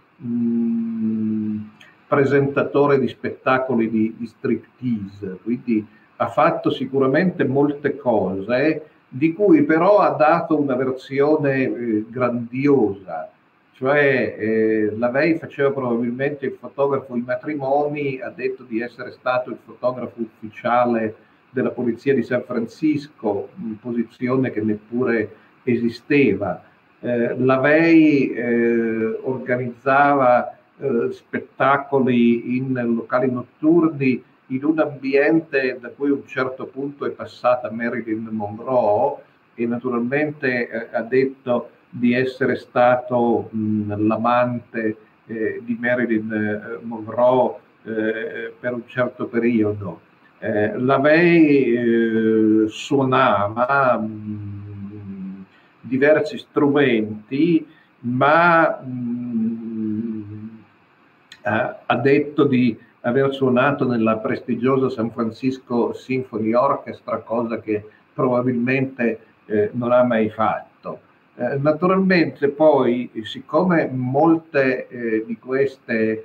presentatore di spettacoli di striptease, quindi ha fatto sicuramente molte cose, di cui però ha dato una versione grandiosa. Cioè LaVey faceva probabilmente il fotografo ai matrimoni, ha detto di essere stato il fotografo ufficiale della polizia di San Francisco, posizione che neppure esisteva. LaVey organizzava spettacoli in locali notturni in un ambiente da cui a un certo punto è passata Marilyn Monroe, e naturalmente ha detto di essere stato l'amante di Marilyn Monroe per un certo periodo. LaVey suonava diversi strumenti, ma ha detto di aver suonato nella prestigiosa San Francisco Symphony Orchestra, cosa che probabilmente non ha mai fatto. Naturalmente poi, siccome molte di queste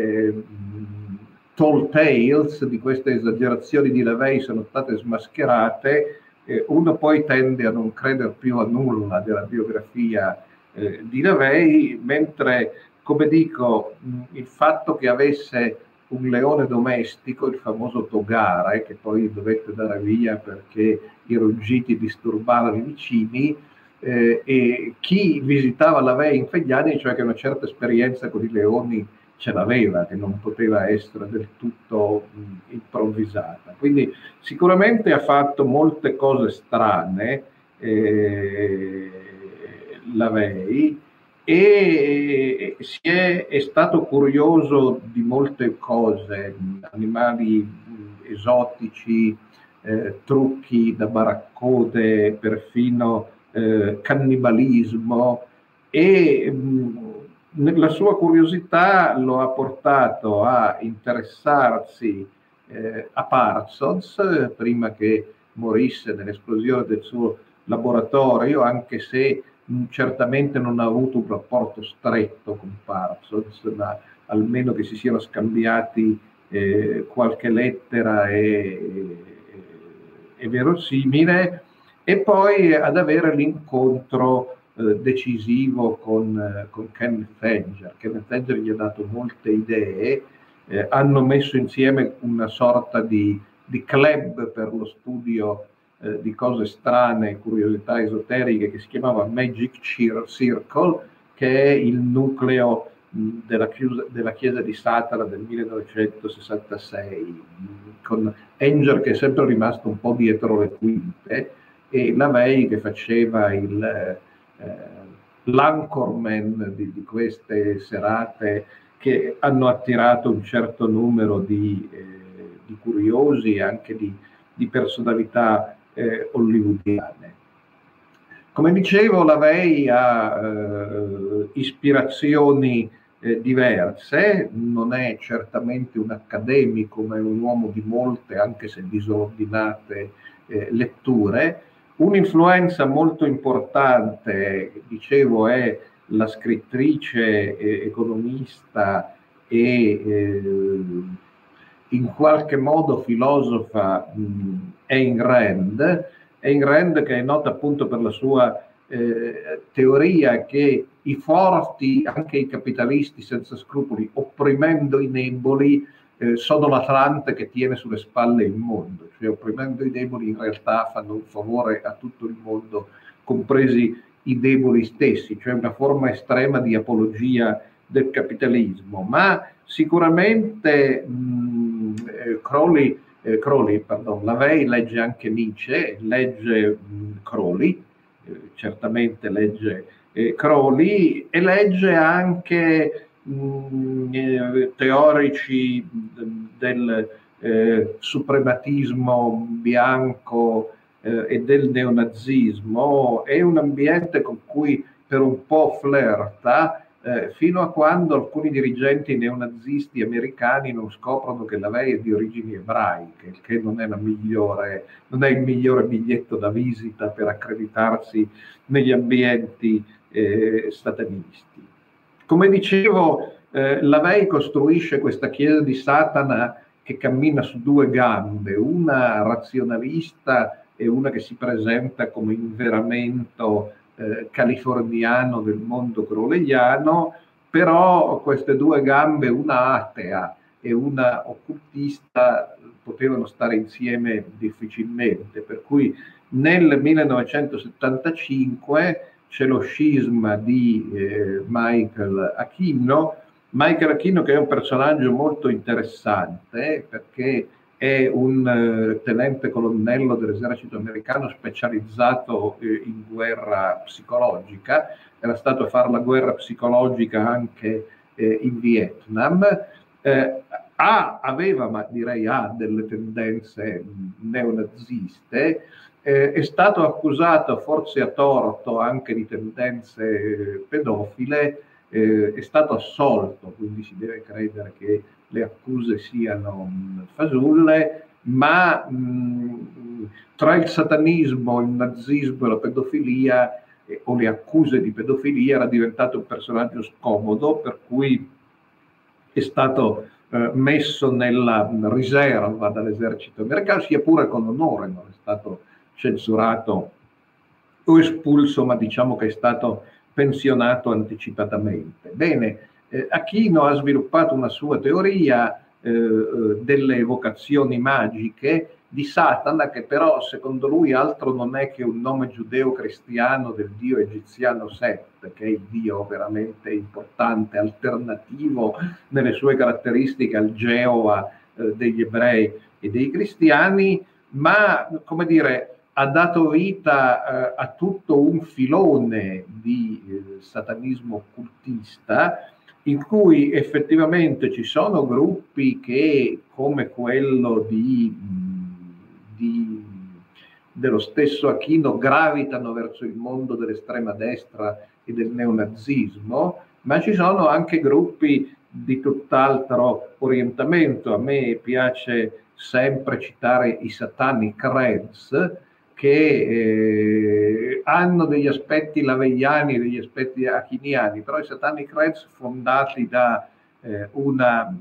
tall tales, di queste esagerazioni di LaVey sono state smascherate, uno poi tende a non credere più a nulla della biografia di LaVey, mentre, come dico, il fatto che avesse un leone domestico, il famoso Togara, che poi dovette dare via perché i ruggiti disturbavano i vicini, e chi visitava LaVey in quegli anni, cioè che una certa esperienza con i leoni ce l'aveva, che non poteva essere del tutto improvvisata. Quindi sicuramente ha fatto molte cose strane LaVey, e è stato curioso di molte cose, animali esotici, trucchi da baraccode, perfino cannibalismo, e la sua curiosità lo ha portato a interessarsi a Parsons prima che morisse nell'esplosione del suo laboratorio, anche se certamente non ha avuto un rapporto stretto con Parsons, ma almeno che si siano scambiati qualche lettera è verosimile, e poi ad avere l'incontro decisivo con Kenneth Anger. Kenneth Anger gli ha dato molte idee, hanno messo insieme una sorta di club per lo studio di cose strane, curiosità esoteriche, che si chiamava Magic Circle, che è il nucleo della Chiesa di Satana del 1966, con Anger che è sempre rimasto un po' dietro le quinte, e LaVey che faceva l'anchorman di queste serate che hanno attirato un certo numero di curiosi e anche di personalità hollywoodiane. Come dicevo, LaVey ha ispirazioni diverse, non è certamente un accademico, ma è un uomo di molte, anche se disordinate, letture. Un'influenza molto importante, dicevo, è la scrittrice, economista e in qualche modo filosofa Ayn Rand, che è nota appunto per la sua teoria che i forti, anche i capitalisti senza scrupoli, opprimendo i deboli, sono l'Atlante che tiene sulle spalle il mondo, cioè opprimendo i deboli in realtà fanno un favore a tutto il mondo, compresi i deboli stessi, cioè una forma estrema di apologia del capitalismo. Ma sicuramente LaVey legge anche Nietzsche, legge Crowley, certamente legge Crowley, e legge anche teorici del suprematismo bianco e del neonazismo. È un ambiente con cui per un po' flirta, fino a quando alcuni dirigenti neonazisti americani non scoprono che LaVey è di origini ebraiche, il che non è il migliore biglietto da visita per accreditarsi negli ambienti satanisti. Come dicevo, LaVey costruisce questa chiesa di Satana che cammina su due gambe, una razionalista e una che si presenta come inveramento californiano del mondo crowleyano, però queste due gambe, una atea e una occultista, potevano stare insieme difficilmente, per cui nel 1975 c'è lo scisma di Michael Aquino, che è un personaggio molto interessante perché è un tenente colonnello dell'esercito americano specializzato in guerra psicologica, era stato a fare la guerra psicologica anche in Vietnam, aveva, ma direi ha delle tendenze neonaziste, è stato accusato, forse a torto, anche di tendenze pedofile, è stato assolto, quindi si deve credere che le accuse siano fasulle, ma tra il satanismo, il nazismo e la pedofilia, o le accuse di pedofilia, era diventato un personaggio scomodo, per cui è stato messo nella riserva dall'esercito americano, sia pure con onore, non è stato censurato o espulso, ma diciamo che è stato pensionato anticipatamente. Bene, Aquino ha sviluppato una sua teoria delle evocazioni magiche di Satana, che però secondo lui altro non è che un nome giudeo-cristiano del dio egiziano Set, che è il dio veramente importante, alternativo nelle sue caratteristiche al Geova degli ebrei e dei cristiani, ma, come dire, ha dato vita a tutto un filone di satanismo occultista, in cui effettivamente ci sono gruppi che, come quello dello stesso Aquino, gravitano verso il mondo dell'estrema destra e del neonazismo, ma ci sono anche gruppi di tutt'altro orientamento. A me piace sempre citare i Satanic Reds, che hanno degli aspetti laveiani e degli aspetti achiniani, però i Satanic Reds, fondati da una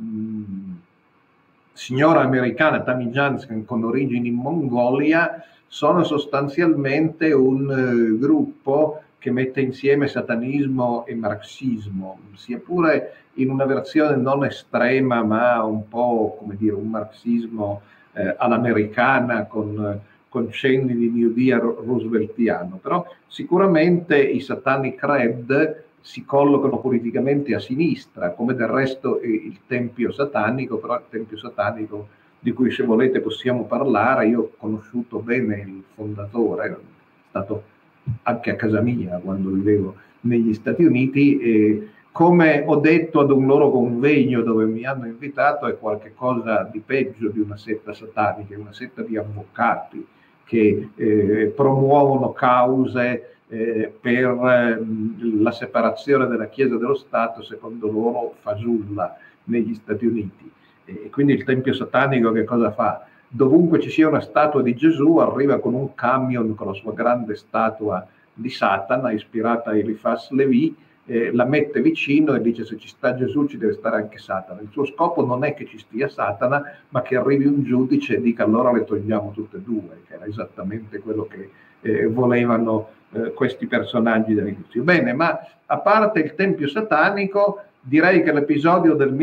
signora americana, Tammy Jansken, con origini in Mongolia, sono sostanzialmente un gruppo che mette insieme satanismo e marxismo, sia pure in una versione non estrema, ma un po', come dire, un marxismo all'americana, con cenni di New Deal rooseveltiano. Però sicuramente i Satanic Red si collocano politicamente a sinistra, come del resto il Tempio Satanico, però il Tempio Satanico di cui, se volete, possiamo parlare. Io ho conosciuto bene il fondatore, è stato anche a casa mia quando vivevo negli Stati Uniti, e come ho detto ad un loro convegno dove mi hanno invitato, è qualcosa di peggio di una setta satanica, è una setta di avvocati che promuovono cause per la separazione della Chiesa dello Stato, secondo loro fasulla, negli Stati Uniti. E quindi il Tempio Satanico che cosa fa? Dovunque ci sia una statua di Gesù, arriva con un camion con la sua grande statua di Satana, ispirata a Eliphas Levi, la mette vicino e dice: se ci sta Gesù ci deve stare anche Satana. Il suo scopo non è che ci stia Satana, ma che arrivi un giudice e dica: allora le togliamo tutte e due, che era esattamente quello che volevano questi personaggi dell'inizio. Bene, ma a parte il Tempio Satanico, direi che l'episodio del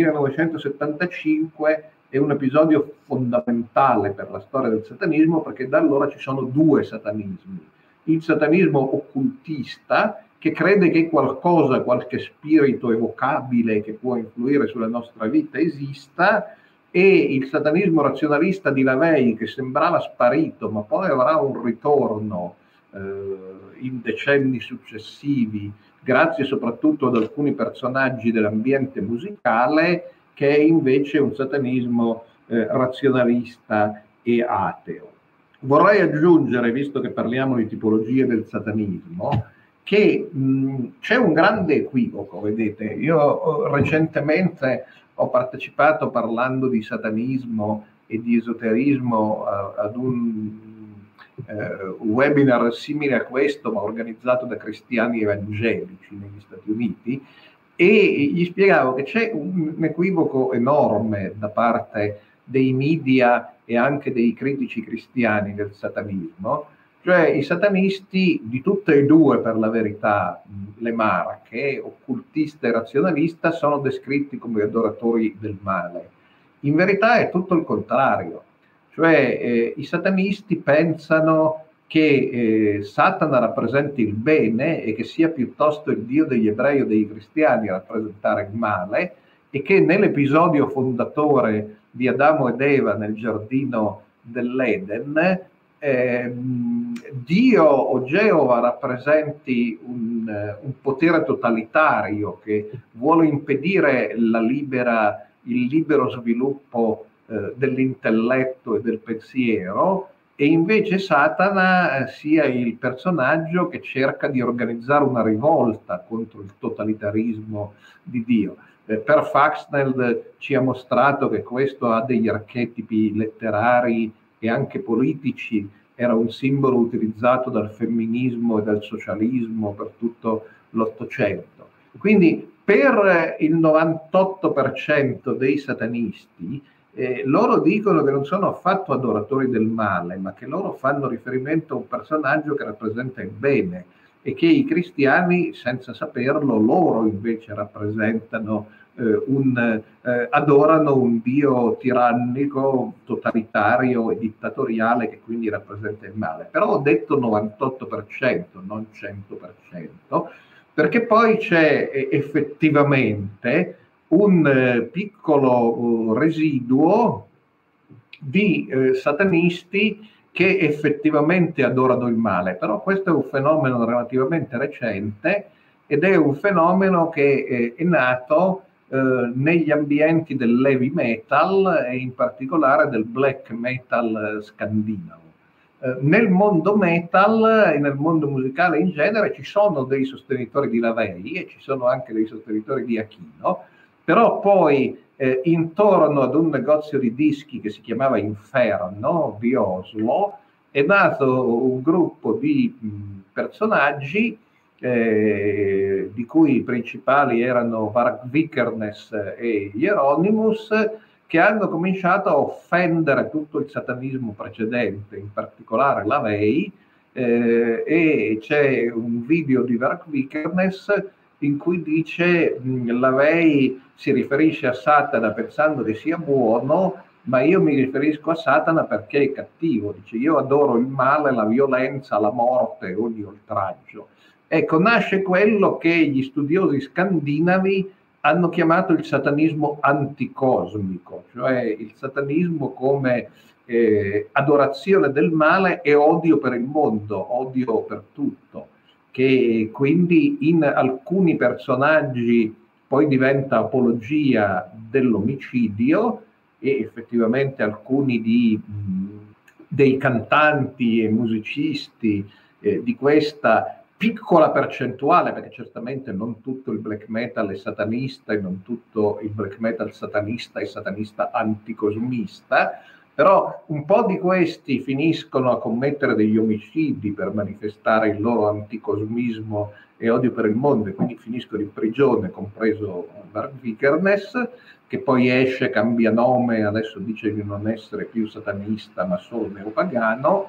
1975 è un episodio fondamentale per la storia del satanismo, perché da allora ci sono due satanismi: il satanismo occultista, che crede che qualcosa, qualche spirito evocabile che può influire sulla nostra vita esista, e il satanismo razionalista di LaVey, che sembrava sparito, ma poi avrà un ritorno in decenni successivi, grazie soprattutto ad alcuni personaggi dell'ambiente musicale, che è invece un satanismo razionalista e ateo. Vorrei aggiungere, visto che parliamo di tipologie del satanismo, che c'è un grande equivoco. Vedete, io recentemente ho partecipato, parlando di satanismo e di esoterismo, ad un webinar simile a questo, ma organizzato da cristiani evangelici negli Stati Uniti, e gli spiegavo che c'è un equivoco enorme da parte dei media e anche dei critici cristiani del satanismo. Cioè i satanisti di tutte e due, per la verità, le marche, occultista e razionalista, sono descritti come adoratori del male. In verità è tutto il contrario, cioè i satanisti pensano che Satana rappresenti il bene e che sia piuttosto il Dio degli ebrei o dei cristiani a rappresentare il male, e che nell'episodio fondatore di Adamo ed Eva nel giardino dell'Eden Dio o Geova rappresenti un potere totalitario che vuole impedire il libero sviluppo dell'intelletto e del pensiero, e invece Satana sia il personaggio che cerca di organizzare una rivolta contro il totalitarismo di Dio. Per Faxneld ci ha mostrato che questo ha degli archetipi letterari e anche politici, era un simbolo utilizzato dal femminismo e dal socialismo per tutto l'Ottocento. Quindi per il 98% dei satanisti loro dicono che non sono affatto adoratori del male, ma che loro fanno riferimento a un personaggio che rappresenta il bene, e che i cristiani, senza saperlo, loro invece rappresentano adorano un Dio tirannico, totalitario e dittatoriale, che quindi rappresenta il male. Però ho detto 98%, non 100%, perché poi c'è effettivamente un piccolo residuo di satanisti che effettivamente adorano il male. Però questo è un fenomeno relativamente recente, ed è un fenomeno che è nato negli ambienti dell'heavy metal e in particolare del black metal scandinavo. Nel mondo metal e nel mondo musicale in genere ci sono dei sostenitori di LaVey e ci sono anche dei sostenitori di Aquino, però poi intorno ad un negozio di dischi che si chiamava Inferno di Oslo è nato un gruppo di personaggi di cui i principali erano Varg Vikernes e Hieronymus, che hanno cominciato a offendere tutto il satanismo precedente, in particolare LaVey, e c'è un video di Varg Vikernes in cui dice LaVey si riferisce a Satana pensando che sia buono, ma io mi riferisco a Satana perché è cattivo. Dice: io adoro il male, la violenza, la morte, ogni oltraggio. Ecco, nasce quello che gli studiosi scandinavi hanno chiamato il satanismo anticosmico, cioè il satanismo come adorazione del male e odio per il mondo, odio per tutto, che quindi in alcuni personaggi poi diventa apologia dell'omicidio, e effettivamente alcuni dei cantanti e musicisti di questa piccola percentuale, perché certamente non tutto il black metal è satanista e non tutto il black metal satanista è satanista anticosmista, però un po' di questi finiscono a commettere degli omicidi per manifestare il loro anticosmismo e odio per il mondo, e quindi finiscono in prigione, compreso Varg Vikernes, che poi esce, cambia nome, adesso dice di non essere più satanista ma solo neopagano,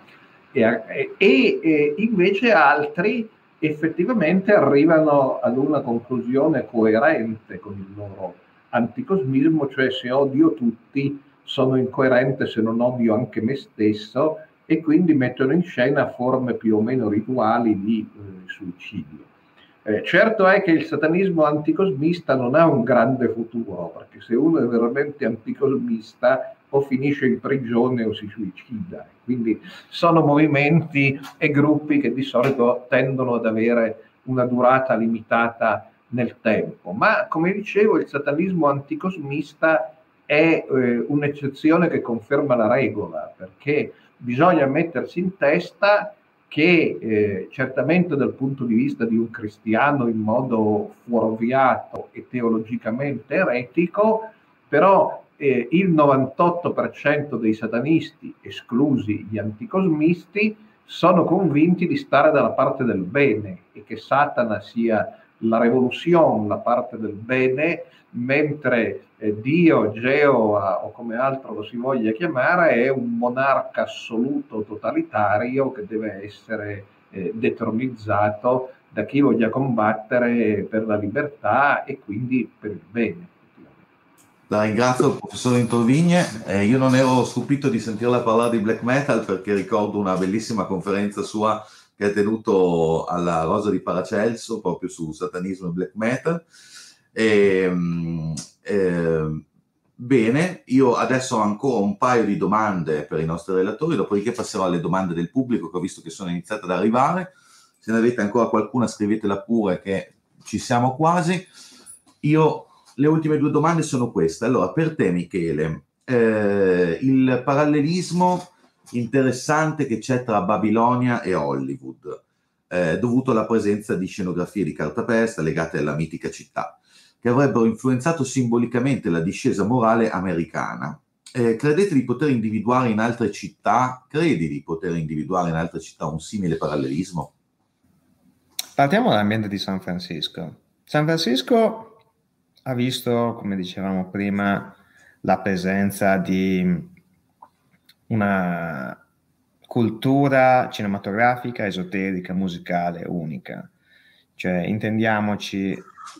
e invece altri effettivamente arrivano ad una conclusione coerente con il loro anticosmismo, cioè se odio tutti sono incoerente se non odio anche me stesso, e quindi mettono in scena forme più o meno rituali di suicidio. Certo è che il satanismo anticosmista non ha un grande futuro, perché se uno è veramente anticosmista o finisce in prigione o si suicida. Quindi sono movimenti e gruppi che di solito tendono ad avere una durata limitata nel tempo. Ma come dicevo, il satanismo anticosmista è un'eccezione che conferma la regola, perché bisogna mettersi in testa che certamente dal punto di vista di un cristiano in modo fuorviato e teologicamente eretico, però il 98% dei satanisti, esclusi gli anticosmisti, sono convinti di stare dalla parte del bene e che Satana sia la rivoluzione, la parte del bene, mentre Dio, Geova o come altro lo si voglia chiamare, è un monarca assoluto totalitario che deve essere detronizzato da chi voglia combattere per la libertà e quindi per il bene. La ringrazio, il professor Introvigne. Io non ero stupito di sentirla parlare di black metal perché ricordo una bellissima conferenza sua che ha tenuto alla Rosa di Paracelso proprio su satanismo e black metal. Bene, io adesso ho ancora un paio di domande per i nostri relatori, dopodiché passerò alle domande del pubblico che ho visto che sono iniziate ad arrivare. Se ne avete ancora qualcuna scrivetela pure che ci siamo quasi. Le ultime due domande sono queste. Allora, per te Michele, il parallelismo interessante che c'è tra Babilonia e Hollywood, dovuto alla presenza di scenografie di cartapesta legate alla mitica città, che avrebbero influenzato simbolicamente la discesa morale americana. Credi di poter individuare in altre città un simile parallelismo? Partiamo dall'ambiente di San Francisco. San Francisco ha visto, come dicevamo prima, la presenza di una cultura cinematografica, esoterica, musicale unica. Cioè, intendiamoci,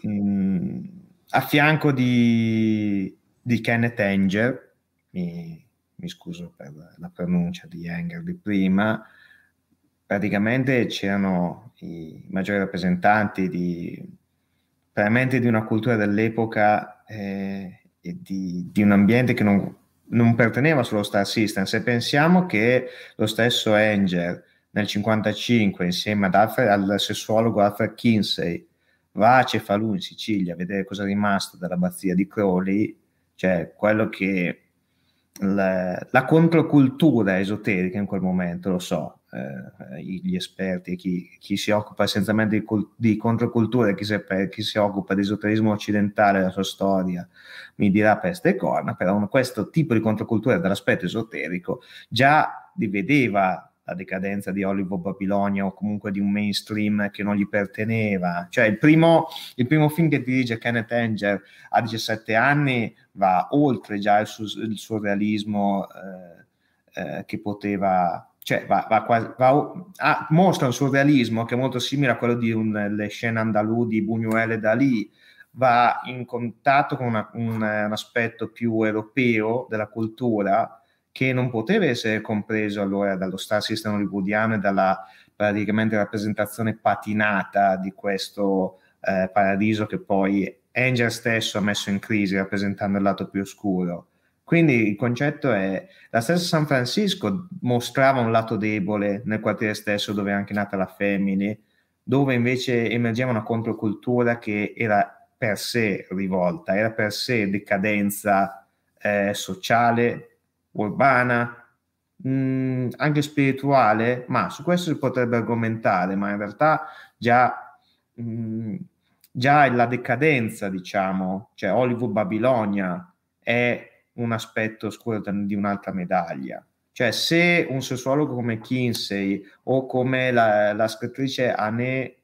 a fianco di Kenneth Anger, mi scuso per la pronuncia di Anger di prima, praticamente c'erano i maggiori rappresentanti veramente di una cultura dell'epoca e di un ambiente che non apparteneva solo Star System. Se pensiamo che lo stesso Anger nel 1955 insieme al sessuologo Alfred Kinsey va a Cefalù in Sicilia a vedere cosa è rimasto dell'abbazia di Crowley, cioè quello che la controcultura esoterica in quel momento, lo so, gli esperti, chi si occupa essenzialmente di controcultura e chi si occupa di esoterismo occidentale, la sua storia, mi dirà peste e corna, però questo tipo di controcultura dall'aspetto esoterico già divedeva la decadenza di Hollywood Babilonia o comunque di un mainstream che non gli apparteneva. Cioè il primo film che dirige Kenneth Anger a 17 anni va oltre già il surrealismo che poteva, cioè mostra un surrealismo che è molto simile a quello di le scene andalù di Buñuel e Dalì, va in contatto con un aspetto più europeo della cultura che non poteva essere compreso allora dallo Star System hollywoodiano e dalla praticamente rappresentazione patinata di questo paradiso che poi Anger stesso ha messo in crisi rappresentando il lato più oscuro. Quindi il concetto è, la stessa San Francisco mostrava un lato debole nel quartiere stesso dove è anche nata la Family, dove invece emergeva una controcultura che era per sé rivolta, era per sé decadenza sociale, urbana, anche spirituale, ma su questo si potrebbe argomentare, ma in realtà già la decadenza, diciamo, cioè Hollywood Babilonia è un aspetto oscuro di un'altra medaglia. Cioè se un sessuologo come Kinsey o come la scrittrice Anne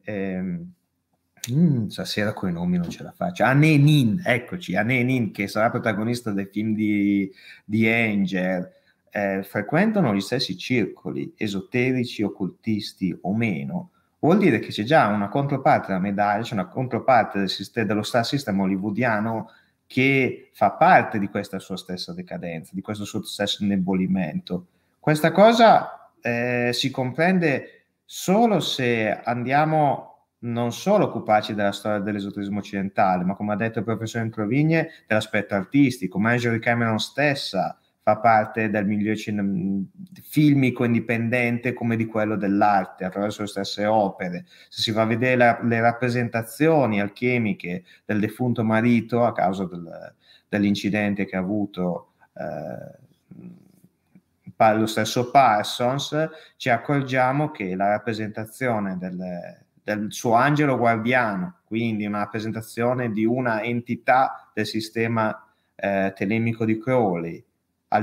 stasera con i nomi non ce la faccio, Anne Nin, eccoci, Anne Nin, che sarà protagonista del film di Anger, frequentano gli stessi circoli esoterici, occultisti o meno, vuol dire che c'è già una controparte della medaglia, c'è una controparte dello Star System hollywoodiano che fa parte di questa sua stessa decadenza, di questo suo stesso indebolimento. Questa cosa si comprende solo se andiamo non solo occuparci della storia dell'esoterismo occidentale, ma come ha detto il professor Introvigne, dell'aspetto artistico. Marjorie Cameron stessa fa parte del milieu filmico indipendente come di quello dell'arte, attraverso le stesse opere. Se si va a vedere le rappresentazioni alchemiche del defunto marito a causa dell'incidente che ha avuto lo stesso Parsons, ci accorgiamo che la rappresentazione del suo angelo guardiano, quindi una rappresentazione di una entità del sistema telemico di Crowley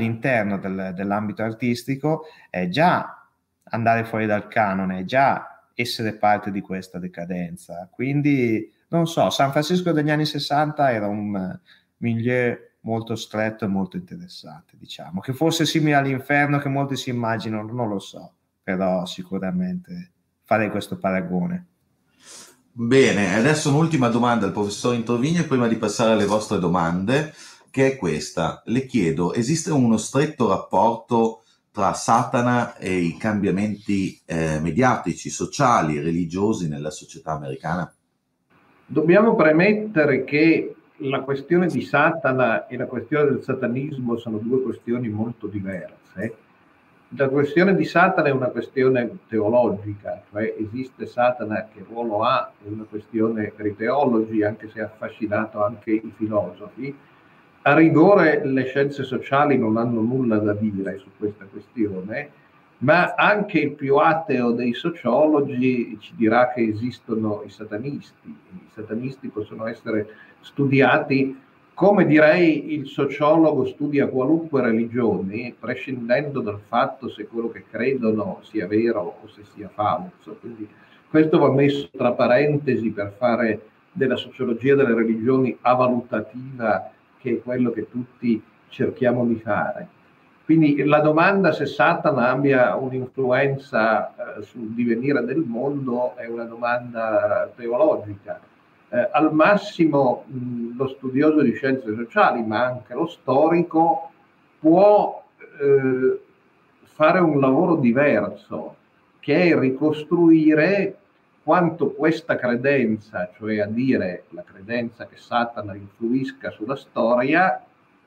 all'interno dell'ambito artistico, è già andare fuori dal canone, è già essere parte di questa decadenza. Quindi, non so, San Francisco degli anni 60 era un milieu molto stretto e molto interessante, diciamo, che fosse simile all'inferno che molti si immaginano, non lo so, però sicuramente farei questo paragone. Bene, adesso un'ultima domanda al professor Introvigno prima di passare alle vostre domande, che è questa. Le chiedo, esiste uno stretto rapporto tra Satana e i cambiamenti mediatici, sociali, religiosi nella società americana? Dobbiamo premettere che la questione di Satana e la questione del satanismo sono due questioni molto diverse. La questione di Satana è una questione teologica, cioè esiste Satana, che ruolo ha, è una questione per i teologi, anche se ha affascinato anche i filosofi. A rigore le scienze sociali non hanno nulla da dire su questa questione, ma anche il più ateo dei sociologi ci dirà che esistono i satanisti. I satanisti possono essere studiati come, direi, il sociologo studia qualunque religione, prescindendo dal fatto se quello che credono sia vero o se sia falso. Quindi questo va messo tra parentesi per fare della sociologia delle religioni avalutativa, che è quello che tutti cerchiamo di fare. Quindi la domanda se Satana abbia un'influenza sul divenire del mondo è una domanda teologica. Al massimo lo studioso di scienze sociali, ma anche lo storico, può fare un lavoro diverso, che è ricostruire quanto questa credenza, cioè a dire la credenza che Satana influisca sulla storia.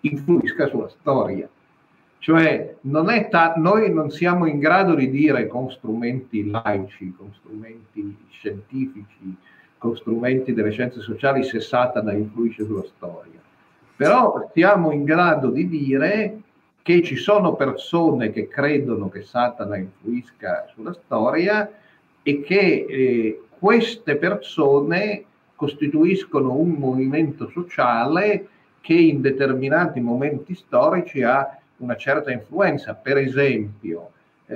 Cioè noi non siamo in grado di dire con strumenti laici, con strumenti scientifici, con strumenti delle scienze sociali se Satana influisce sulla storia. Però siamo in grado di dire che ci sono persone che credono che Satana influisca sulla storia e che queste persone costituiscono un movimento sociale che in determinati momenti storici ha una certa influenza. Per esempio,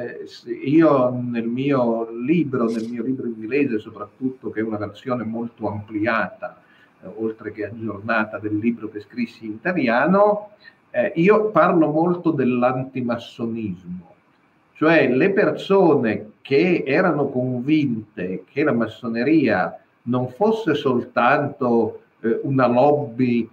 io nel mio libro inglese soprattutto, che è una versione molto ampliata, oltre che aggiornata del libro che scrissi in italiano, io parlo molto dell'antimassonismo, cioè le persone che erano convinte che la massoneria non fosse soltanto una lobby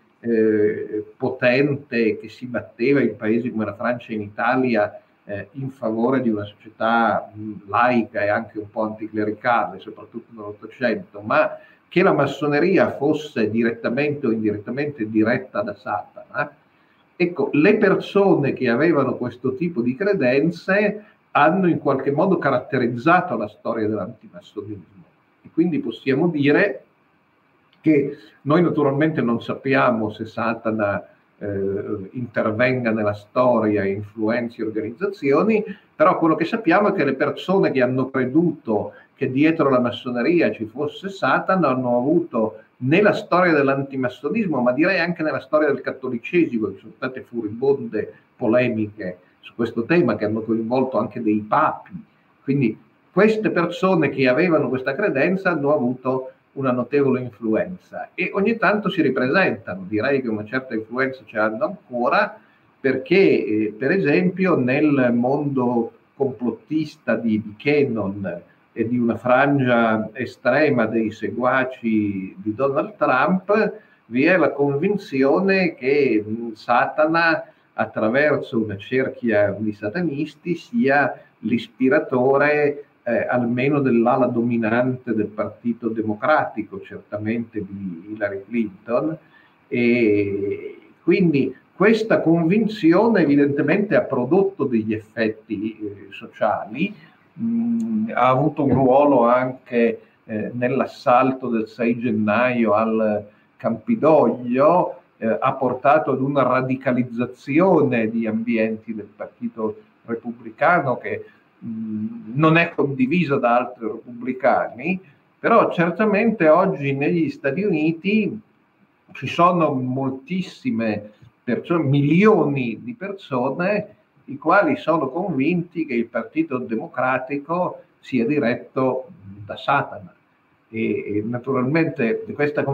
potente che si batteva in paesi come la Francia e in Italia in favore di una società laica e anche un po' anticlericale, soprattutto nell'Ottocento, ma che la massoneria fosse direttamente o indirettamente diretta da Satana. Ecco, le persone che avevano questo tipo di credenze hanno in qualche modo caratterizzato la storia dell'antimassonismo, e quindi possiamo dire che noi naturalmente non sappiamo se Satana intervenga nella storia e influenzi organizzazioni, però quello che sappiamo è che le persone che hanno creduto che dietro la massoneria ci fosse Satana hanno avuto nella storia dell'antimassonismo, ma direi anche nella storia del cattolicesimo, ci sono state furibonde polemiche su questo tema che hanno coinvolto anche dei papi. Quindi queste persone che avevano questa credenza hanno avuto una notevole influenza e ogni tanto si ripresentano. Direi che una certa influenza ce l'hanno ancora, perché per esempio nel mondo complottista di Cannon e di una frangia estrema dei seguaci di Donald Trump vi è la convinzione che Satana, attraverso una cerchia di satanisti, sia l'ispiratore almeno dell'ala dominante del Partito Democratico, certamente di Hillary Clinton, e quindi questa convinzione evidentemente ha prodotto degli effetti sociali, ha avuto un ruolo anche nell'assalto del 6 gennaio al Campidoglio, ha portato ad una radicalizzazione di ambienti del Partito Repubblicano che non è condiviso da altri repubblicani, però certamente oggi negli Stati Uniti ci sono moltissime persone, milioni di persone, i quali sono convinti che il Partito Democratico sia diretto da Satana. E naturalmente questa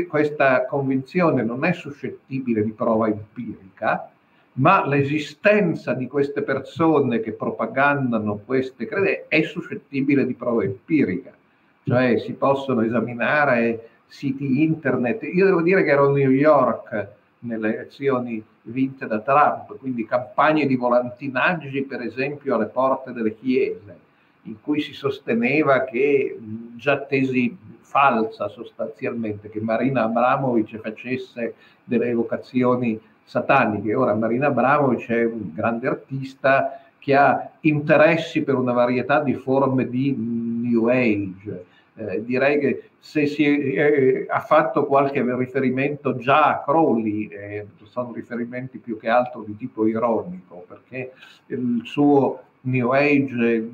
convinzione non è suscettibile di prova empirica, ma l'esistenza di queste persone che propagandano queste credenze è suscettibile di prova empirica, cioè si possono esaminare siti internet. Io devo dire che ero a New York nelle elezioni vinte da Trump, quindi campagne di volantinaggi per esempio alle porte delle chiese, in cui si sosteneva che, già tesi falsa sostanzialmente, che Marina Abramovic facesse delle evocazioni sataniche. Ora Marina Abramovic è un grande artista che ha interessi per una varietà di forme di New Age. Direi che se si ha fatto qualche riferimento già a Crowley, sono riferimenti più che altro di tipo ironico, perché il suo New Age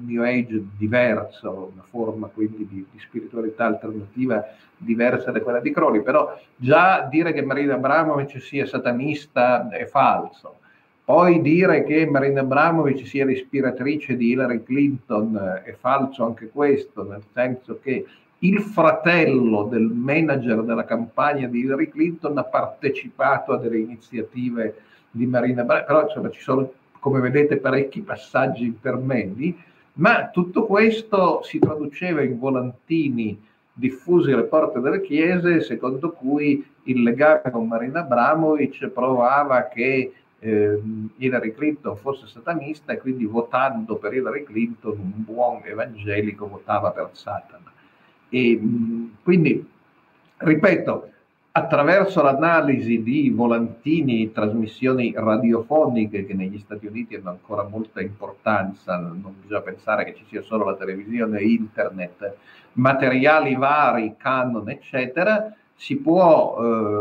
diverso, una forma quindi di spiritualità alternativa diversa da quella di Crowley, però già dire che Marina Abramovic sia satanista è falso. Poi dire che Marina Abramovic sia l'ispiratrice di Hillary Clinton è falso anche questo, nel senso che il fratello del manager della campagna di Hillary Clinton ha partecipato a delle iniziative di Marina Abramovic, però insomma ci sono, come vedete, parecchi passaggi intermedi, ma tutto questo si traduceva in volantini diffusi alle porte delle chiese, secondo cui il legame con Marina Abramovic provava che Hillary Clinton fosse satanista e quindi votando per Hillary Clinton un buon evangelico votava per Satana. E quindi, ripeto, attraverso l'analisi di volantini, trasmissioni radiofoniche che negli Stati Uniti hanno ancora molta importanza, non bisogna pensare che ci sia solo la televisione e internet, materiali vari, canon, eccetera, si può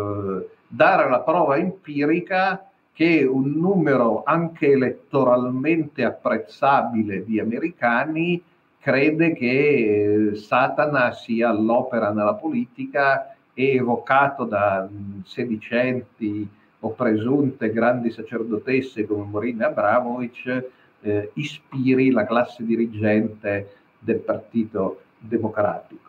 dare la prova empirica che un numero anche elettoralmente apprezzabile di americani crede che Satana sia all'opera nella politica e evocato da sedicenti o presunte grandi sacerdotesse come Marina Abramovic ispiri la classe dirigente del Partito Democratico.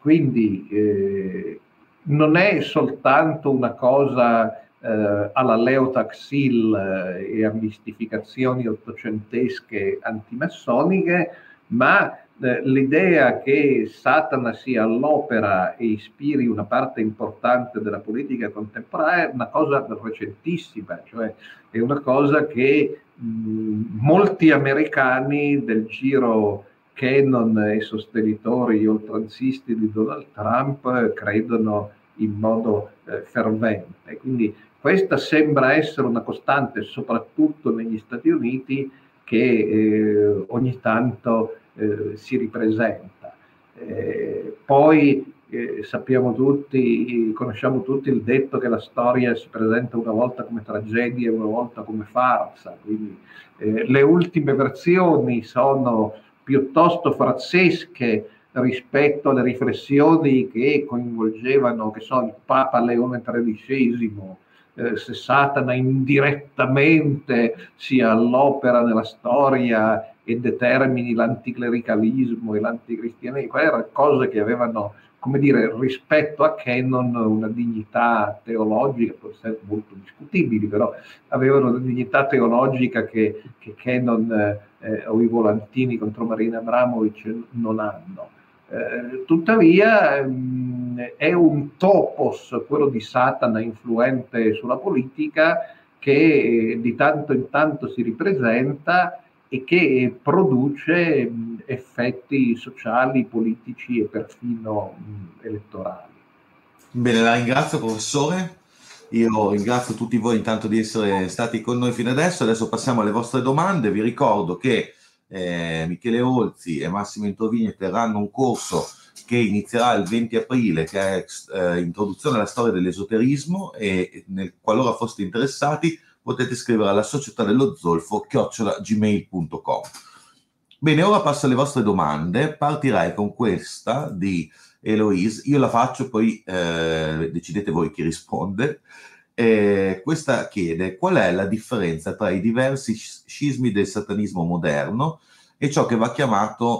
Quindi non è soltanto una cosa alla Leo Taxil e a mistificazioni ottocentesche antimassoniche, ma l'idea che Satana sia all'opera e ispiri una parte importante della politica contemporanea è una cosa recentissima, cioè è una cosa che molti americani del giro Cannon e sostenitori oltranzisti di Donald Trump credono in modo fervente. Quindi questa sembra essere una costante, soprattutto negli Stati Uniti, che ogni tanto si ripresenta. Poi sappiamo tutti, conosciamo tutti il detto che la storia si presenta una volta come tragedia e una volta come farsa, quindi le ultime versioni sono piuttosto farsesche rispetto alle riflessioni che coinvolgevano, che so, il Papa Leone XIII, se Satana indirettamente sia all'opera nella storia e determini l'anticlericalismo e l'anticristianesimo, erano cose che avevano, come dire, rispetto a Cannon una dignità teologica, forse molto discutibili, però avevano una dignità teologica che Cannon o i volantini contro Marina Abramovic non hanno. Tuttavia è un topos, quello di Satana, influente sulla politica, che di tanto in tanto si ripresenta e che produce effetti sociali, politici e perfino elettorali. Bene, la ringrazio professore. Io ringrazio tutti voi intanto di essere stati con noi fino adesso. Adesso passiamo alle vostre domande. Vi ricordo che Michele Olzi e Massimo Introvigne terranno un corso che inizierà il 20 aprile, che è Introduzione alla storia dell'esoterismo, e qualora foste interessati potete scrivere alla Società dello Zolfo @gmail.com. Bene, ora passo alle vostre domande. Partirei con questa di Eloise. Io la faccio, poi decidete voi chi risponde. Questa chiede: qual è la differenza tra i diversi scismi del satanismo moderno e ciò che va chiamato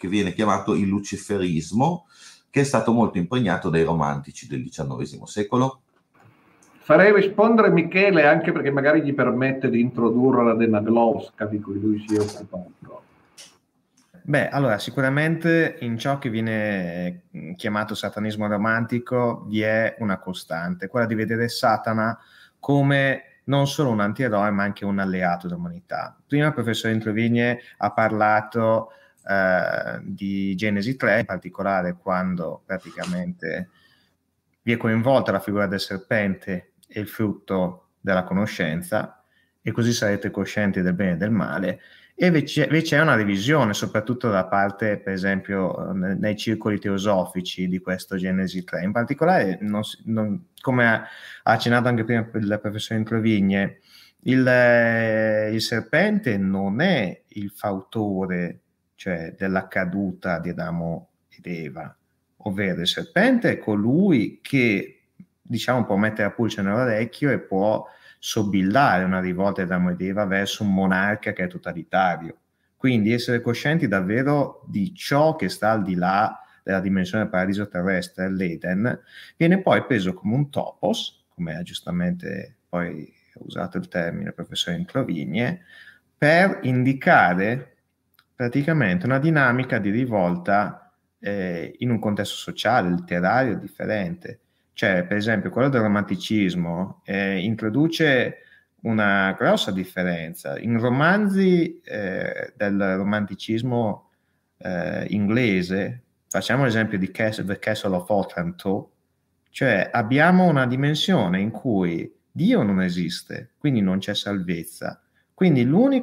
che viene chiamato il luciferismo, che è stato molto impregnato dai romantici del XIX secolo? Farei rispondere Michele, anche perché magari gli permette di introdurre la Denagloska di cui lui si è occupato. Beh, allora, sicuramente in ciò che viene chiamato satanismo romantico vi è una costante, quella di vedere Satana come non solo un antieroe, ma anche un alleato dell'umanità. Prima il professor Introvigne ha parlato di Genesi 3, in particolare quando praticamente vi è coinvolta la figura del serpente e il frutto della conoscenza, e così sarete coscienti del bene e del male. E invece c'è una revisione, soprattutto da parte, per esempio, nei circoli teosofici di questo Genesi 3. In particolare, come ha accennato anche prima il professore Introvigne, il serpente non è il fautore, cioè della caduta di Adamo ed Eva, ovvero il serpente è colui che, diciamo, può mettere la pulce nell'orecchio e può sobillare una rivolta di Adamo ed Eva verso un monarca che è totalitario. Quindi essere coscienti davvero di ciò che sta al di là della dimensione del paradiso terrestre, l'Eden, viene poi preso come un topos, come ha giustamente poi usato il termine il professore Introvigne, per indicare praticamente una dinamica di rivolta in un contesto sociale, letterario, differente. Cioè, per esempio, quello del romanticismo introduce una grossa differenza. In romanzi del romanticismo inglese, facciamo l'esempio di The Castle of Otranto, cioè abbiamo una dimensione in cui Dio non esiste, quindi non c'è salvezza. Quindi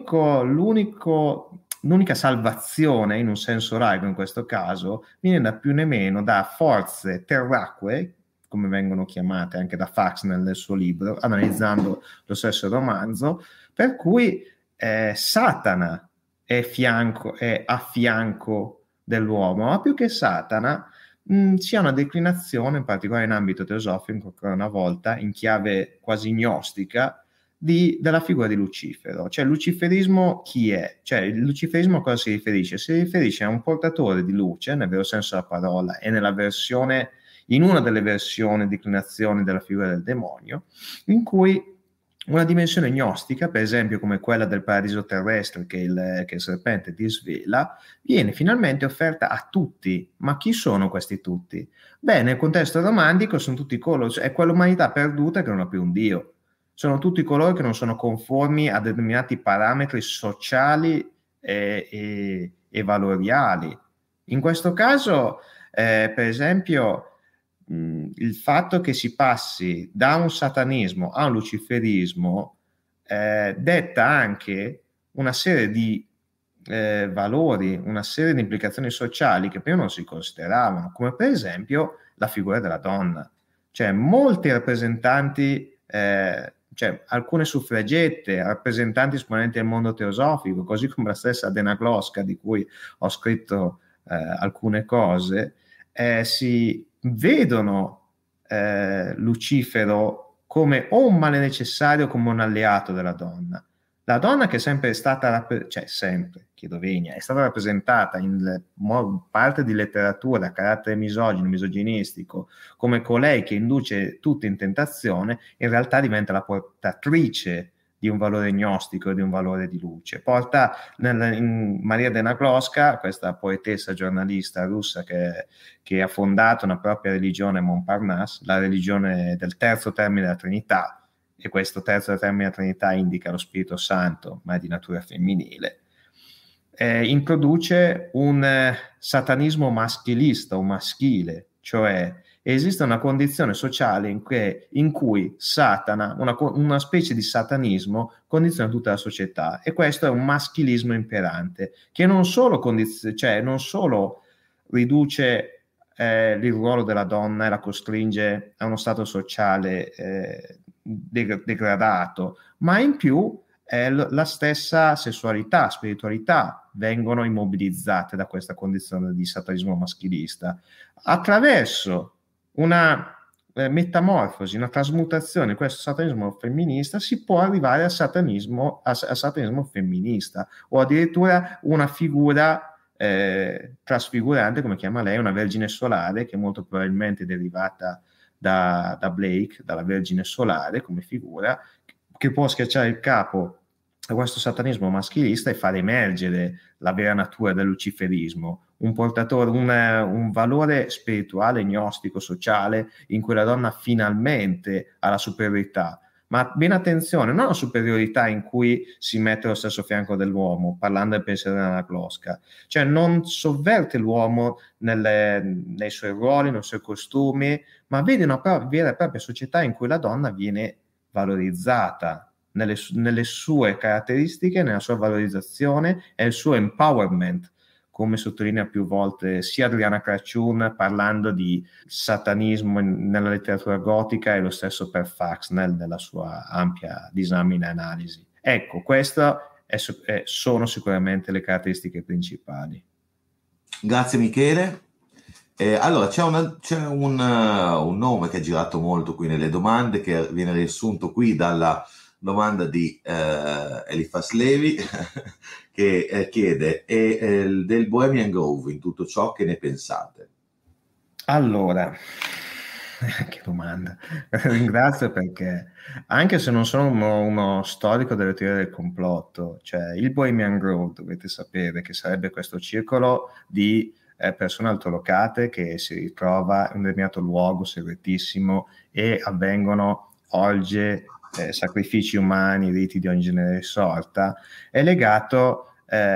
l'unica salvazione, in un senso laico in questo caso, viene da più né meno da forze terracquee, come vengono chiamate anche da Faxnell nel suo libro, analizzando lo stesso romanzo, per cui Satana è a fianco dell'uomo, ma più che Satana c'è una declinazione, in particolare in ambito teosofico, ancora una volta, in chiave quasi gnostica, della figura di Lucifero. Cioè, il luciferismo chi è? Cioè, il luciferismo a cosa si riferisce? Si riferisce a un portatore di luce, nel vero senso della parola, e in una delle versioni, declinazioni della figura del demonio, in cui una dimensione gnostica, per esempio come quella del paradiso terrestre che il serpente disvela, viene finalmente offerta a tutti. Ma chi sono questi tutti? Beh, nel contesto romantico sono tutti coloro, è quell'umanità perduta che non ha più un Dio. Sono tutti coloro che non sono conformi a determinati parametri sociali e valoriali. In questo caso, per esempio, il fatto che si passi da un satanismo a un luciferismo detta anche una serie di valori, una serie di implicazioni sociali che prima non si consideravano, come per esempio la figura della donna. Cioè molti rappresentanti, cioè alcune suffragette, rappresentanti esponenti del mondo teosofico, così come la stessa Denagloska di cui ho scritto alcune cose, si vedono Lucifero come o un male necessario o come un alleato della donna. La donna che è sempre stata, è stata rappresentata in parte di letteratura a carattere misogino, misoginistico, come colei che induce tutti in tentazione, in realtà diventa la portatrice di un valore gnostico, di un valore di luce. Porta in Maria Denagloska, questa poetessa giornalista russa che ha fondato una propria religione, Montparnasse, la religione del terzo termine della Trinità, e questo terzo termine della Trinità indica lo Spirito Santo, ma è di natura femminile. Introduce un satanismo maschilista o maschile, cioè esiste una condizione sociale in cui Satana, una specie di satanismo, condiziona tutta la società, e questo è un maschilismo imperante che non solo riduce il ruolo della donna e la costringe a uno stato sociale degradato, ma in più la stessa sessualità, spiritualità vengono immobilizzate da questa condizione di satanismo maschilista attraverso una metamorfosi, una trasmutazione in questo satanismo femminista. Si può arrivare al satanismo femminista, o addirittura una figura trasfigurante, come chiama lei, una vergine solare che molto probabilmente è derivata da Blake, dalla Vergine solare come figura, che può schiacciare il capo a questo satanismo maschilista e far emergere la vera natura del luciferismo, un portatore, un valore spirituale, gnostico, sociale, in cui la donna finalmente ha la superiorità. Ma ben attenzione, non la superiorità in cui si mette allo stesso fianco dell'uomo, parlando del pensiero della Klosska, cioè non sovverte l'uomo nei suoi ruoli, nei suoi costumi, ma vede una vera e propria società in cui la donna viene valorizzata nelle sue caratteristiche, nella sua valorizzazione e il suo empowerment, come sottolinea più volte sia Adriana Cracciun parlando di satanismo nella letteratura gotica, e lo stesso per Faxnell nella sua ampia disamina e analisi. Ecco, queste sono sicuramente le caratteristiche principali. Grazie Michele. Allora, c'è un nome che è girato molto qui nelle domande, che viene riassunto qui dalla domanda di Eliphas Levi, che chiede del Bohemian Grove in tutto ciò, che ne pensate? Allora, che domanda. Ringrazio, perché anche se non sono uno storico delle teorie del complotto, cioè il Bohemian Grove dovete sapere che sarebbe questo circolo di persone altolocate che si ritrova in un determinato luogo segretissimo e avvengono orge, sacrifici umani, riti di ogni genere e sorta. È legato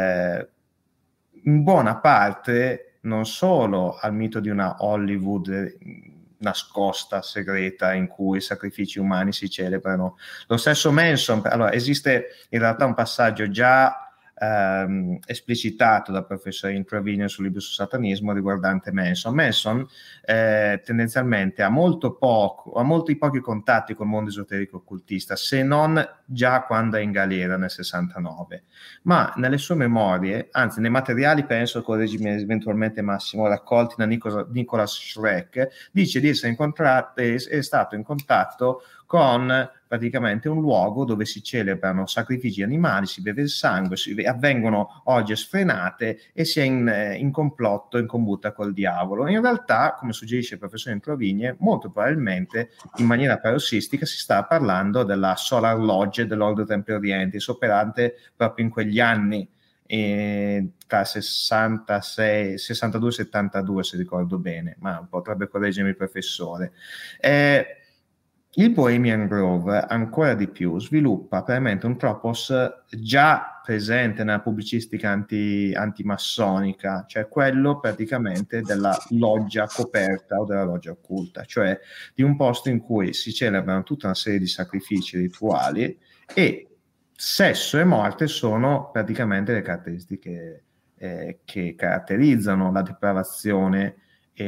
in buona parte non solo al mito di una Hollywood nascosta, segreta, in cui i sacrifici umani si celebrano. Lo stesso Manson, allora esiste in realtà un passaggio già esplicitato dal professore Introvigne sul libro sul satanismo riguardante Manson. Manson tendenzialmente ha molti pochi contatti col mondo esoterico occultista, se non già quando è in galera nel 69, ma nelle sue memorie, anzi nei materiali, penso, correggimi eventualmente Massimo, raccolti da Nicholas Schreck, dice di essere è stato in contatto con praticamente un luogo dove si celebrano sacrifici animali, si beve il sangue, avvengono orge sfrenate e si è in complotto, in combutta col diavolo. In realtà, come suggerisce il professore Introvigne, molto probabilmente in maniera parossistica si sta parlando della Solar Lodge dell'Ordo Tempio Orientis, operante proprio in quegli anni tra 66, 62 e 72, se ricordo bene, ma potrebbe correggermi il professore. Il Bohemian Grove ancora di più sviluppa veramente un tropos già presente nella pubblicistica antimassonica, cioè quello praticamente della loggia coperta o della loggia occulta, cioè di un posto in cui si celebrano tutta una serie di sacrifici rituali e sesso e morte sono praticamente le caratteristiche che caratterizzano la depravazione e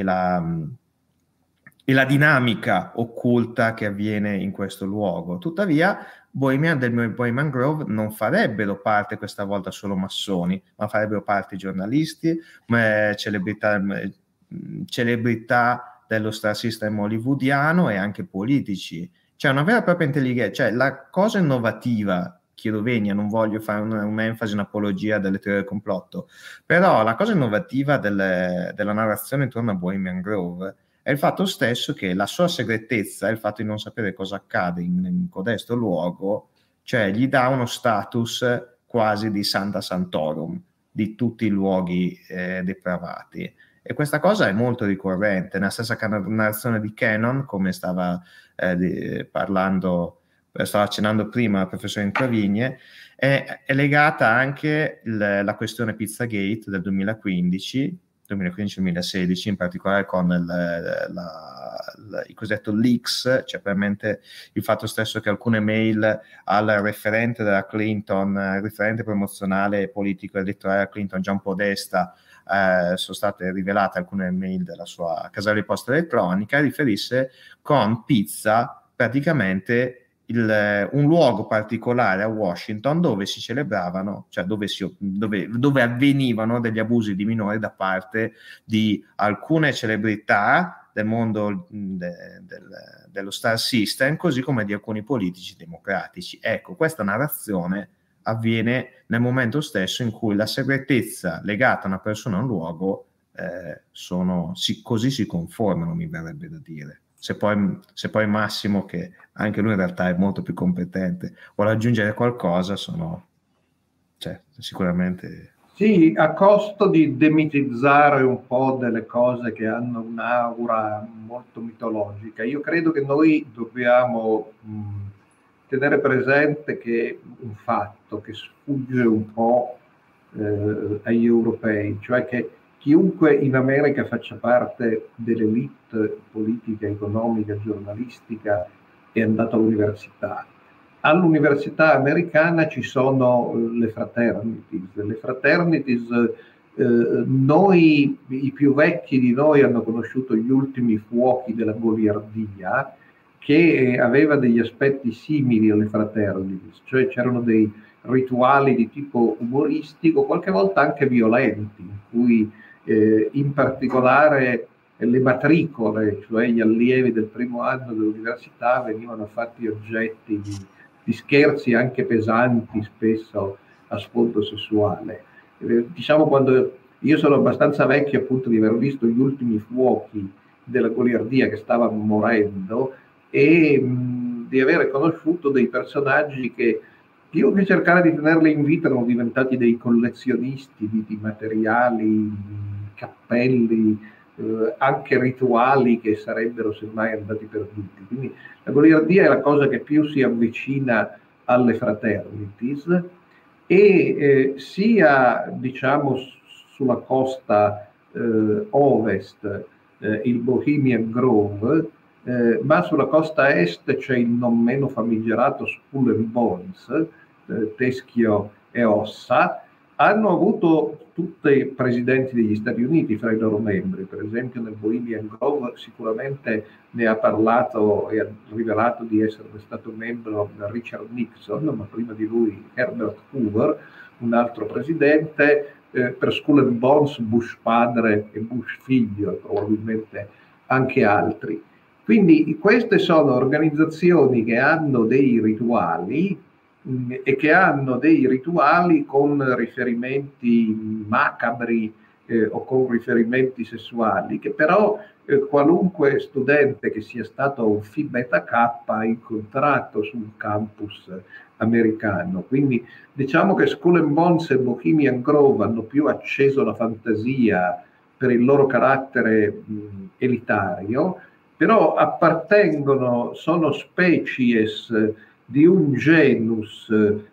la dinamica occulta che avviene in questo luogo. Tuttavia, del Bohemian Grove non farebbero parte questa volta solo massoni, ma farebbero parte giornalisti, celebrità dello star system hollywoodiano e anche politici. C'è una vera e propria intelligenza, cioè la cosa innovativa, chiedo venia, non voglio fare un'enfasi, un'apologia delle teorie del complotto, però la cosa innovativa della narrazione intorno a Bohemian Grove è il fatto stesso che la sua segretezza, il fatto di non sapere cosa accade in codesto luogo, cioè gli dà uno status quasi di Santa Santorum di tutti i luoghi depravati. E questa cosa è molto ricorrente nella stessa narrazione di Canon, come stava accennando prima il professore Introvigne. È legata anche la questione Pizzagate del 2015-2016, in particolare con il cosiddetto leaks, cioè veramente il fatto stesso che alcune mail al referente della Clinton, referente promozionale politico elettorale della Clinton, John Podesta, sono state rivelate alcune mail della sua casella di posta elettronica, riferisse con pizza praticamente un luogo particolare a Washington dove si celebravano, cioè dove avvenivano degli abusi di minori da parte di alcune celebrità del mondo dello Star System, così come di alcuni politici democratici. Ecco, questa narrazione avviene nel momento stesso in cui la segretezza legata a una persona o a un luogo così si conformano, mi verrebbe da dire. Se poi Massimo, che anche lui in realtà è molto più competente, vuole aggiungere qualcosa, sicuramente... Sì, a costo di demitizzare un po' delle cose che hanno un'aura molto mitologica. Io credo che noi dobbiamo tenere presente che un fatto che sfugge un po' agli europei, cioè che chiunque in America faccia parte dell'elite politica, economica, giornalistica è andato all'università. All'università americana ci sono le fraternities. Le fraternities, noi, i più vecchi di noi, hanno conosciuto gli ultimi fuochi della goliardia, che aveva degli aspetti simili alle fraternities, cioè c'erano dei rituali di tipo umoristico, qualche volta anche violenti, in cui in particolare le matricole, cioè gli allievi del primo anno dell'università, venivano fatti oggetti di scherzi anche pesanti, spesso a sfondo sessuale. Diciamo, quando io sono abbastanza vecchio appunto di aver visto gli ultimi fuochi della goliardia che stava morendo e di avere conosciuto dei personaggi che più che cercare di tenerli in vita erano diventati dei collezionisti di materiali, di cappelli, anche rituali che sarebbero semmai andati perduti. Quindi la goliardia è la cosa che più si avvicina alle fraternities e sia diciamo sulla costa ovest il Bohemian Grove, ma sulla costa est c'è il non meno famigerato Skull and Bones, teschio e ossa. Hanno avuto tutti i presidenti degli Stati Uniti fra i loro membri, per esempio nel Bohemian Grove sicuramente ne ha parlato e ha rivelato di essere stato membro Richard Nixon, ma prima di lui Herbert Hoover, un altro presidente, per Skull and Bones Bush padre e Bush figlio e probabilmente anche altri. Quindi queste sono organizzazioni che hanno dei rituali e che hanno dei rituali con riferimenti macabri o con riferimenti sessuali, che però qualunque studente che sia stato a un Phi Beta Kappa ha incontrato sul campus americano. Quindi diciamo che Skull and Bones e Bohemian Grove hanno più acceso la fantasia per il loro carattere elitario, però appartengono, sono species di un genus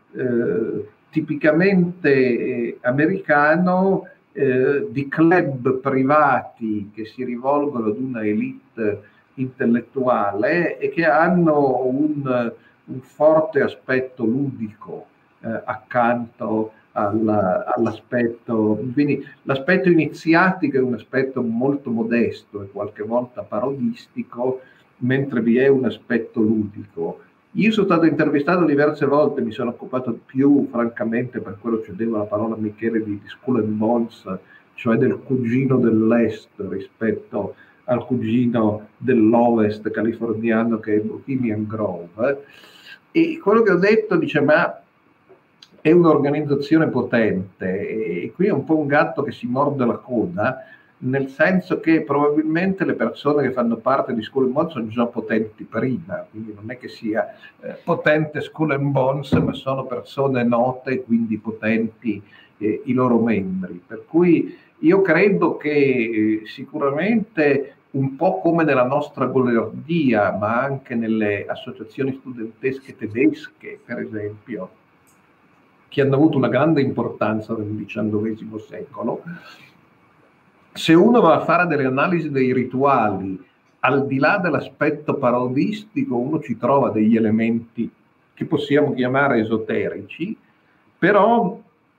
tipicamente americano, di club privati che si rivolgono ad una elite intellettuale e che hanno un forte aspetto ludico accanto all'aspetto, quindi l'aspetto iniziatico è un aspetto molto modesto e qualche volta parodistico, mentre vi è un aspetto ludico. Io sono stato intervistato diverse volte, mi sono occupato più, francamente, per quello cedevo la parola a Michele, di Skull and Bones, cioè del cugino dell'Est rispetto al cugino dell'Ovest californiano che è Bohemian Grove. E quello che ho detto dice, ma è un'organizzazione potente, e qui è un po' un gatto che si morde la coda, nel senso che probabilmente le persone che fanno parte di Skull and Bones sono già potenti prima, quindi non è che sia potente Skull and Bones, ma sono persone note, quindi potenti i loro membri. Per cui io credo che sicuramente un po' come nella nostra goliardia, ma anche nelle associazioni studentesche tedesche, per esempio, che hanno avuto una grande importanza nel XIX secolo, se uno va a fare delle analisi dei rituali, al di là dell'aspetto parodistico, uno ci trova degli elementi che possiamo chiamare esoterici, però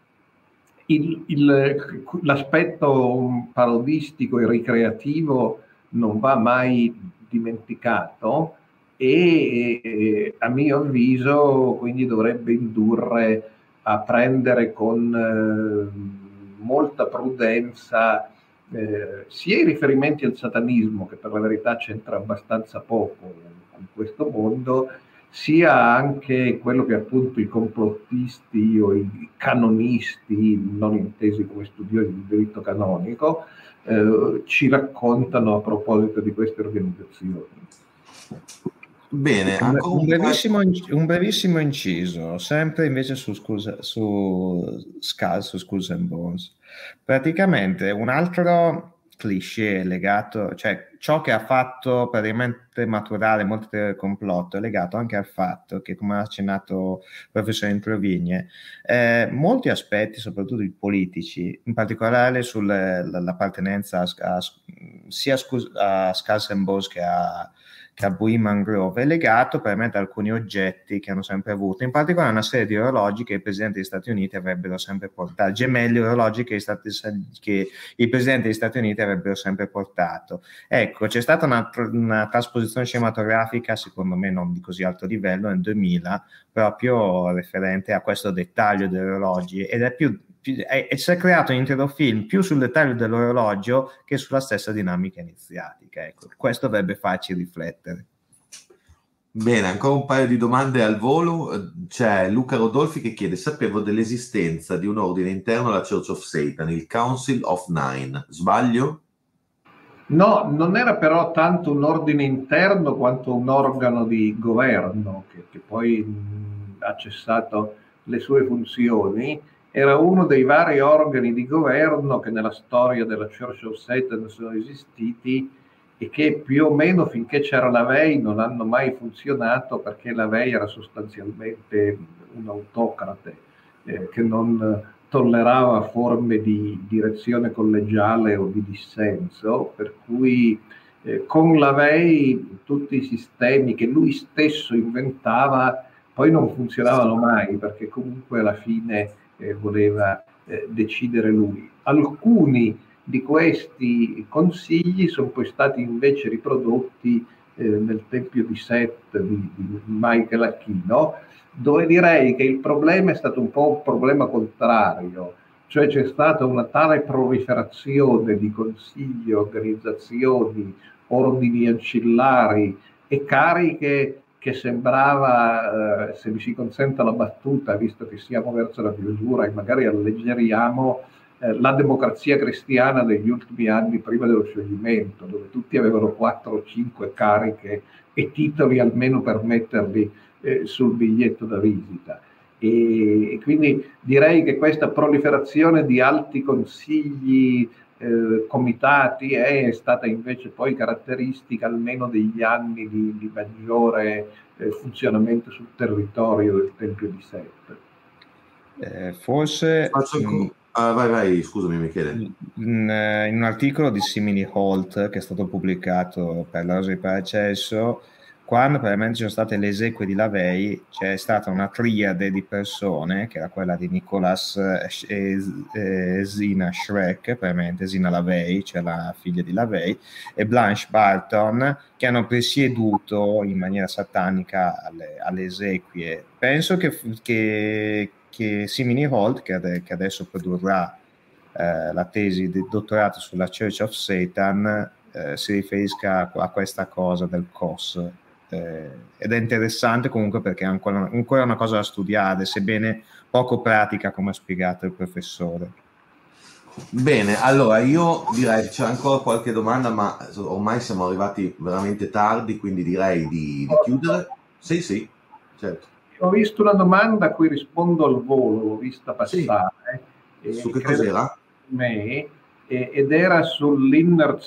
l'aspetto parodistico e ricreativo non va mai dimenticato e a mio avviso quindi dovrebbe indurre a prendere con molta prudenza sia i riferimenti al satanismo, che per la verità c'entra abbastanza poco con questo mondo, sia anche quello che appunto i complottisti o i canonisti, non intesi come studiosi di diritto canonico, ci raccontano a proposito di queste organizzazioni. Bene, un brevissimo inciso, sempre invece su Skulls and Bones. Praticamente un altro cliché legato, cioè ciò che ha fatto praticamente maturare molti del complotto è legato anche al fatto che, come ha accennato il professore Introvigne, molti aspetti, soprattutto i politici, in particolare sull'appartenenza sia a Skulls and Bones che a Buoy Mangrove, è legato probabilmente a alcuni oggetti che hanno sempre avuto, in particolare una serie di orologi che il Presidente degli Stati Uniti avrebbero sempre portato, gemelli orologi che il Presidente degli Stati Uniti avrebbero sempre portato. Ecco, c'è stata una trasposizione cinematografica, secondo me non di così alto livello, nel 2000, proprio referente a questo dettaglio degli orologi, ed è si è creato un intero film più sul dettaglio dell'orologio che sulla stessa dinamica iniziatica. Ecco, questo dovrebbe farci riflettere. Bene, ancora un paio di domande al volo. C'è Luca Rodolfi che chiede: sapevo dell'esistenza di un ordine interno alla Church of Satan, il Council of Nine. Sbaglio? No, non era però tanto un ordine interno quanto un organo di governo che poi ha cessato le sue funzioni. Era uno dei vari organi di governo che nella storia della Church of Satan sono esistiti e che più o meno finché c'era la VEI non hanno mai funzionato, perché la VEI era sostanzialmente un autocrate che non tollerava forme di direzione collegiale o di dissenso, per cui con la VEI tutti i sistemi che lui stesso inventava poi non funzionavano mai, perché comunque alla fine voleva decidere lui. Alcuni di questi consigli sono poi stati invece riprodotti nel Tempio di Set di Michael Aquino, dove direi che il problema è stato un po' un problema contrario, cioè c'è stata una tale proliferazione di consigli, organizzazioni, ordini ancillari e cariche che sembrava, se mi si consente la battuta, visto che siamo verso la chiusura e magari alleggeriamo, la democrazia cristiana degli ultimi anni prima dello scioglimento, dove tutti avevano 4 o 5 cariche e titoli almeno per metterli sul biglietto da visita. E quindi direi che questa proliferazione di alti consigli, comitati è stata invece poi caratteristica almeno degli anni di maggiore funzionamento sul territorio del Tempio di Set. Forse vai, scusami Michele. In un articolo di Simini Holt che è stato pubblicato per la Rosa di Paracelso, quando probabilmente ci sono state le esequie di Lavey, c'è stata una triade di persone, che era quella di Nicholas e Zina Shrek, probabilmente Zina Lavey, cioè la figlia di Lavey, e Blanche Barton, che hanno presieduto in maniera satanica alle esequie. Penso che Simini Holt, che adesso produrrà la tesi di dottorato sulla Church of Satan, si riferisca a questa cosa del COS. Ed è interessante comunque perché è ancora una cosa da studiare, sebbene poco pratica, come ha spiegato il professore. Bene, allora io direi che c'è ancora qualche domanda, ma ormai siamo arrivati veramente tardi, quindi direi di chiudere. Sì, certo. Ho visto una domanda a cui rispondo al volo, l'ho vista passare. Sì. Su che cos'era? Ed era sull'Inner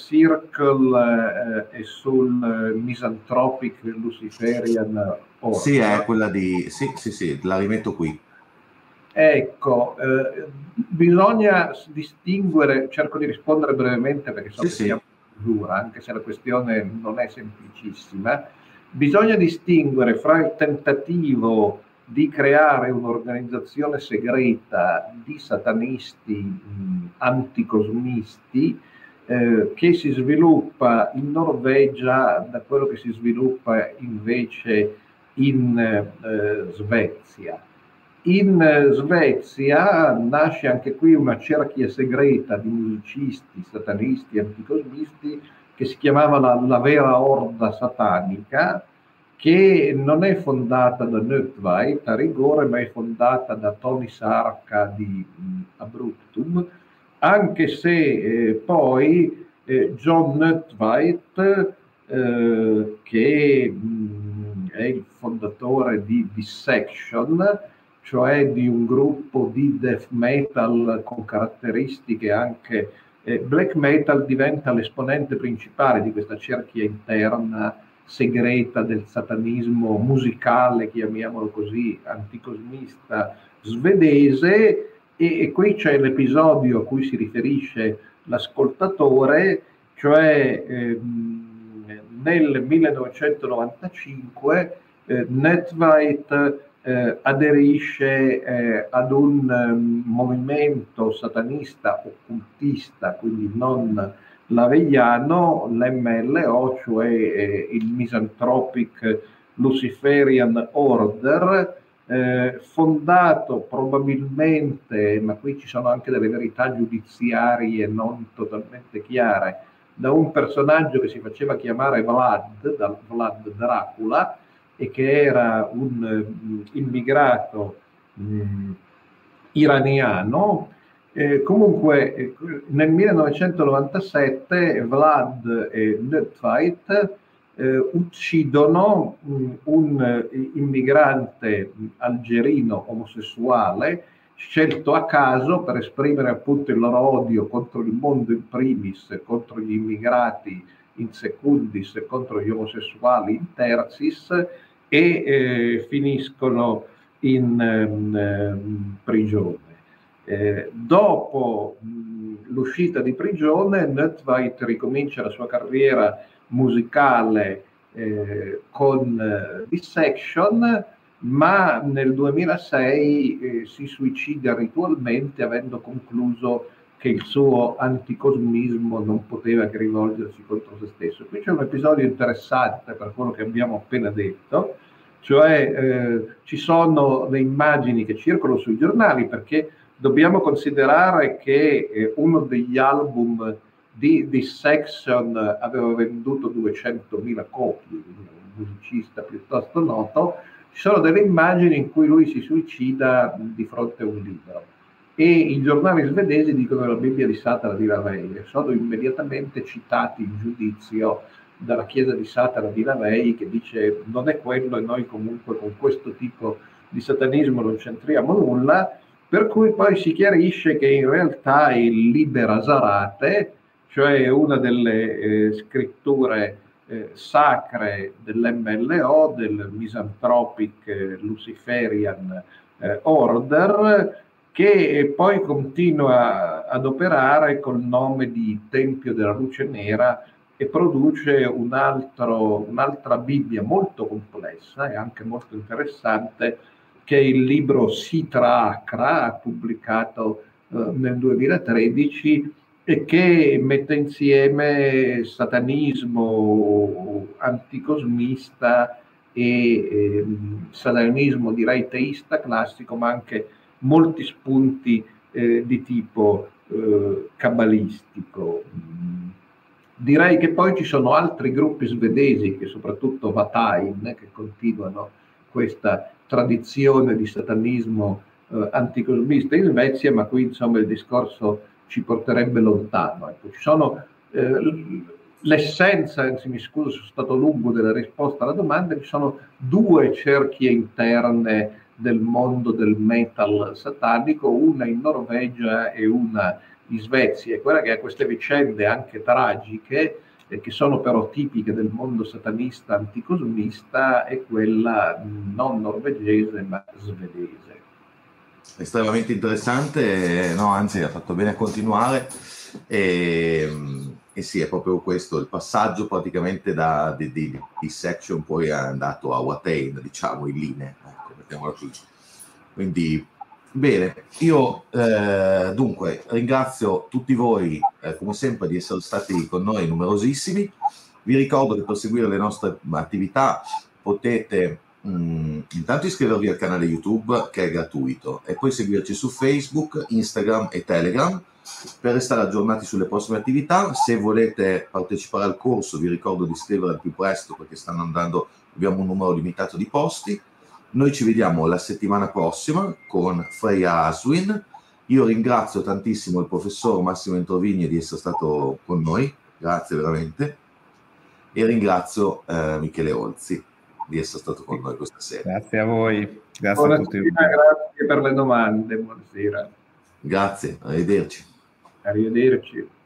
Circle e sul Misanthropic Luciferian Order. Sì, è quella di... Sì, la rimetto qui. Ecco, bisogna distinguere, cerco di rispondere brevemente perché so che siamo in chiusura, anche se la questione non è semplicissima. Bisogna distinguere fra il tentativo di creare un'organizzazione segreta di satanisti anticosmisti che si sviluppa in Norvegia da quello che si sviluppa invece in Svezia. In Svezia nasce anche qui una cerchia segreta di musicisti satanisti anticosmisti che si chiamava la vera orda satanica, che non è fondata da Nödtveidt a rigore, ma è fondata da Tony Sarka di Abruptum, anche se poi John Nödtveidt, che è il fondatore di Dissection, cioè di un gruppo di death metal con caratteristiche anche black metal, diventa l'esponente principale di questa cerchia interna segreta del satanismo musicale, chiamiamolo così, anticosmista svedese, e qui c'è l'episodio a cui si riferisce l'ascoltatore, cioè nel 1995 Nödtveidt aderisce ad un movimento satanista occultista, quindi non laveiano, l'MLO, cioè il Misanthropic Luciferian Order, fondato probabilmente, ma qui ci sono anche delle verità giudiziarie non totalmente chiare, da un personaggio che si faceva chiamare Vlad, da Vlad Dracula, e che era un immigrato iraniano. Comunque nel 1997 Vlad e Nödtveidt uccidono un immigrante algerino omosessuale scelto a caso per esprimere appunto il loro odio contro il mondo in primis, contro gli immigrati in secundis e contro gli omosessuali in tercis, e finiscono in prigione. Dopo l'uscita di prigione, Nödtveidt ricomincia la sua carriera musicale con Dissection, ma nel 2006 si suicida ritualmente, avendo concluso che il suo anticosmismo non poteva che rivolgersi contro se stesso. Qui c'è un episodio interessante per quello che abbiamo appena detto, cioè ci sono le immagini che circolano sui giornali, perché dobbiamo considerare che uno degli album di Dissection aveva venduto 200.000 copie, un musicista piuttosto noto. Ci sono delle immagini in cui lui si suicida di fronte a un libro, e i giornali svedesi dicono la Bibbia di Satana di Lavey, e sono immediatamente citati in giudizio dalla Chiesa di Satana di Lavey, che dice non è quello e noi comunque con questo tipo di satanismo non c'entriamo nulla. Per cui poi si chiarisce che in realtà il Liber Azarate, cioè una delle scritture sacre dell'MLO, del Misanthropic Luciferian Order, che poi continua ad operare col nome di Tempio della Luce Nera e produce un'altra Bibbia molto complessa e anche molto interessante, che è il libro Sitra Akra, pubblicato nel 2013, e che mette insieme satanismo anticosmista e satanismo, direi, teista classico, ma anche molti spunti di tipo cabalistico. Direi che poi ci sono altri gruppi svedesi, che soprattutto Vatain, che continuano questa tradizione di satanismo anticosmista in Svezia, ma qui insomma il discorso ci porterebbe lontano. Ecco, ci sono l'essenza, anzi mi scuso se sono stato lungo, della risposta alla domanda. Ci sono due cerchie interne del mondo del metal satanico, una in Norvegia e una in Svezia, e quella che ha queste vicende anche tragiche, che sono però tipiche del mondo satanista anticosmista, è quella non norvegese ma svedese. Estremamente interessante, no, anzi ha fatto bene a continuare, e sì, è proprio questo il passaggio praticamente da Dissection poi è andato a Watain, diciamo, in linea, ecco, mettiamola così. Quindi bene, io dunque ringrazio tutti voi come sempre di essere stati con noi numerosissimi. Vi ricordo che per seguire le nostre attività potete intanto iscrivervi al canale YouTube che è gratuito e poi seguirci su Facebook, Instagram e Telegram per restare aggiornati sulle prossime attività. Se volete partecipare al corso vi ricordo di iscrivervi al più presto perché stanno andando, abbiamo un numero limitato di posti. Noi ci vediamo la settimana prossima con Freya Aswin. Io ringrazio tantissimo il professor Massimo Introvigni di essere stato con noi, grazie veramente, e ringrazio Michele Olzi di essere stato con noi questa sera. Grazie a voi, grazie Buonasera, a tutti. grazie per le domande, buonasera. Grazie, arrivederci. Arrivederci.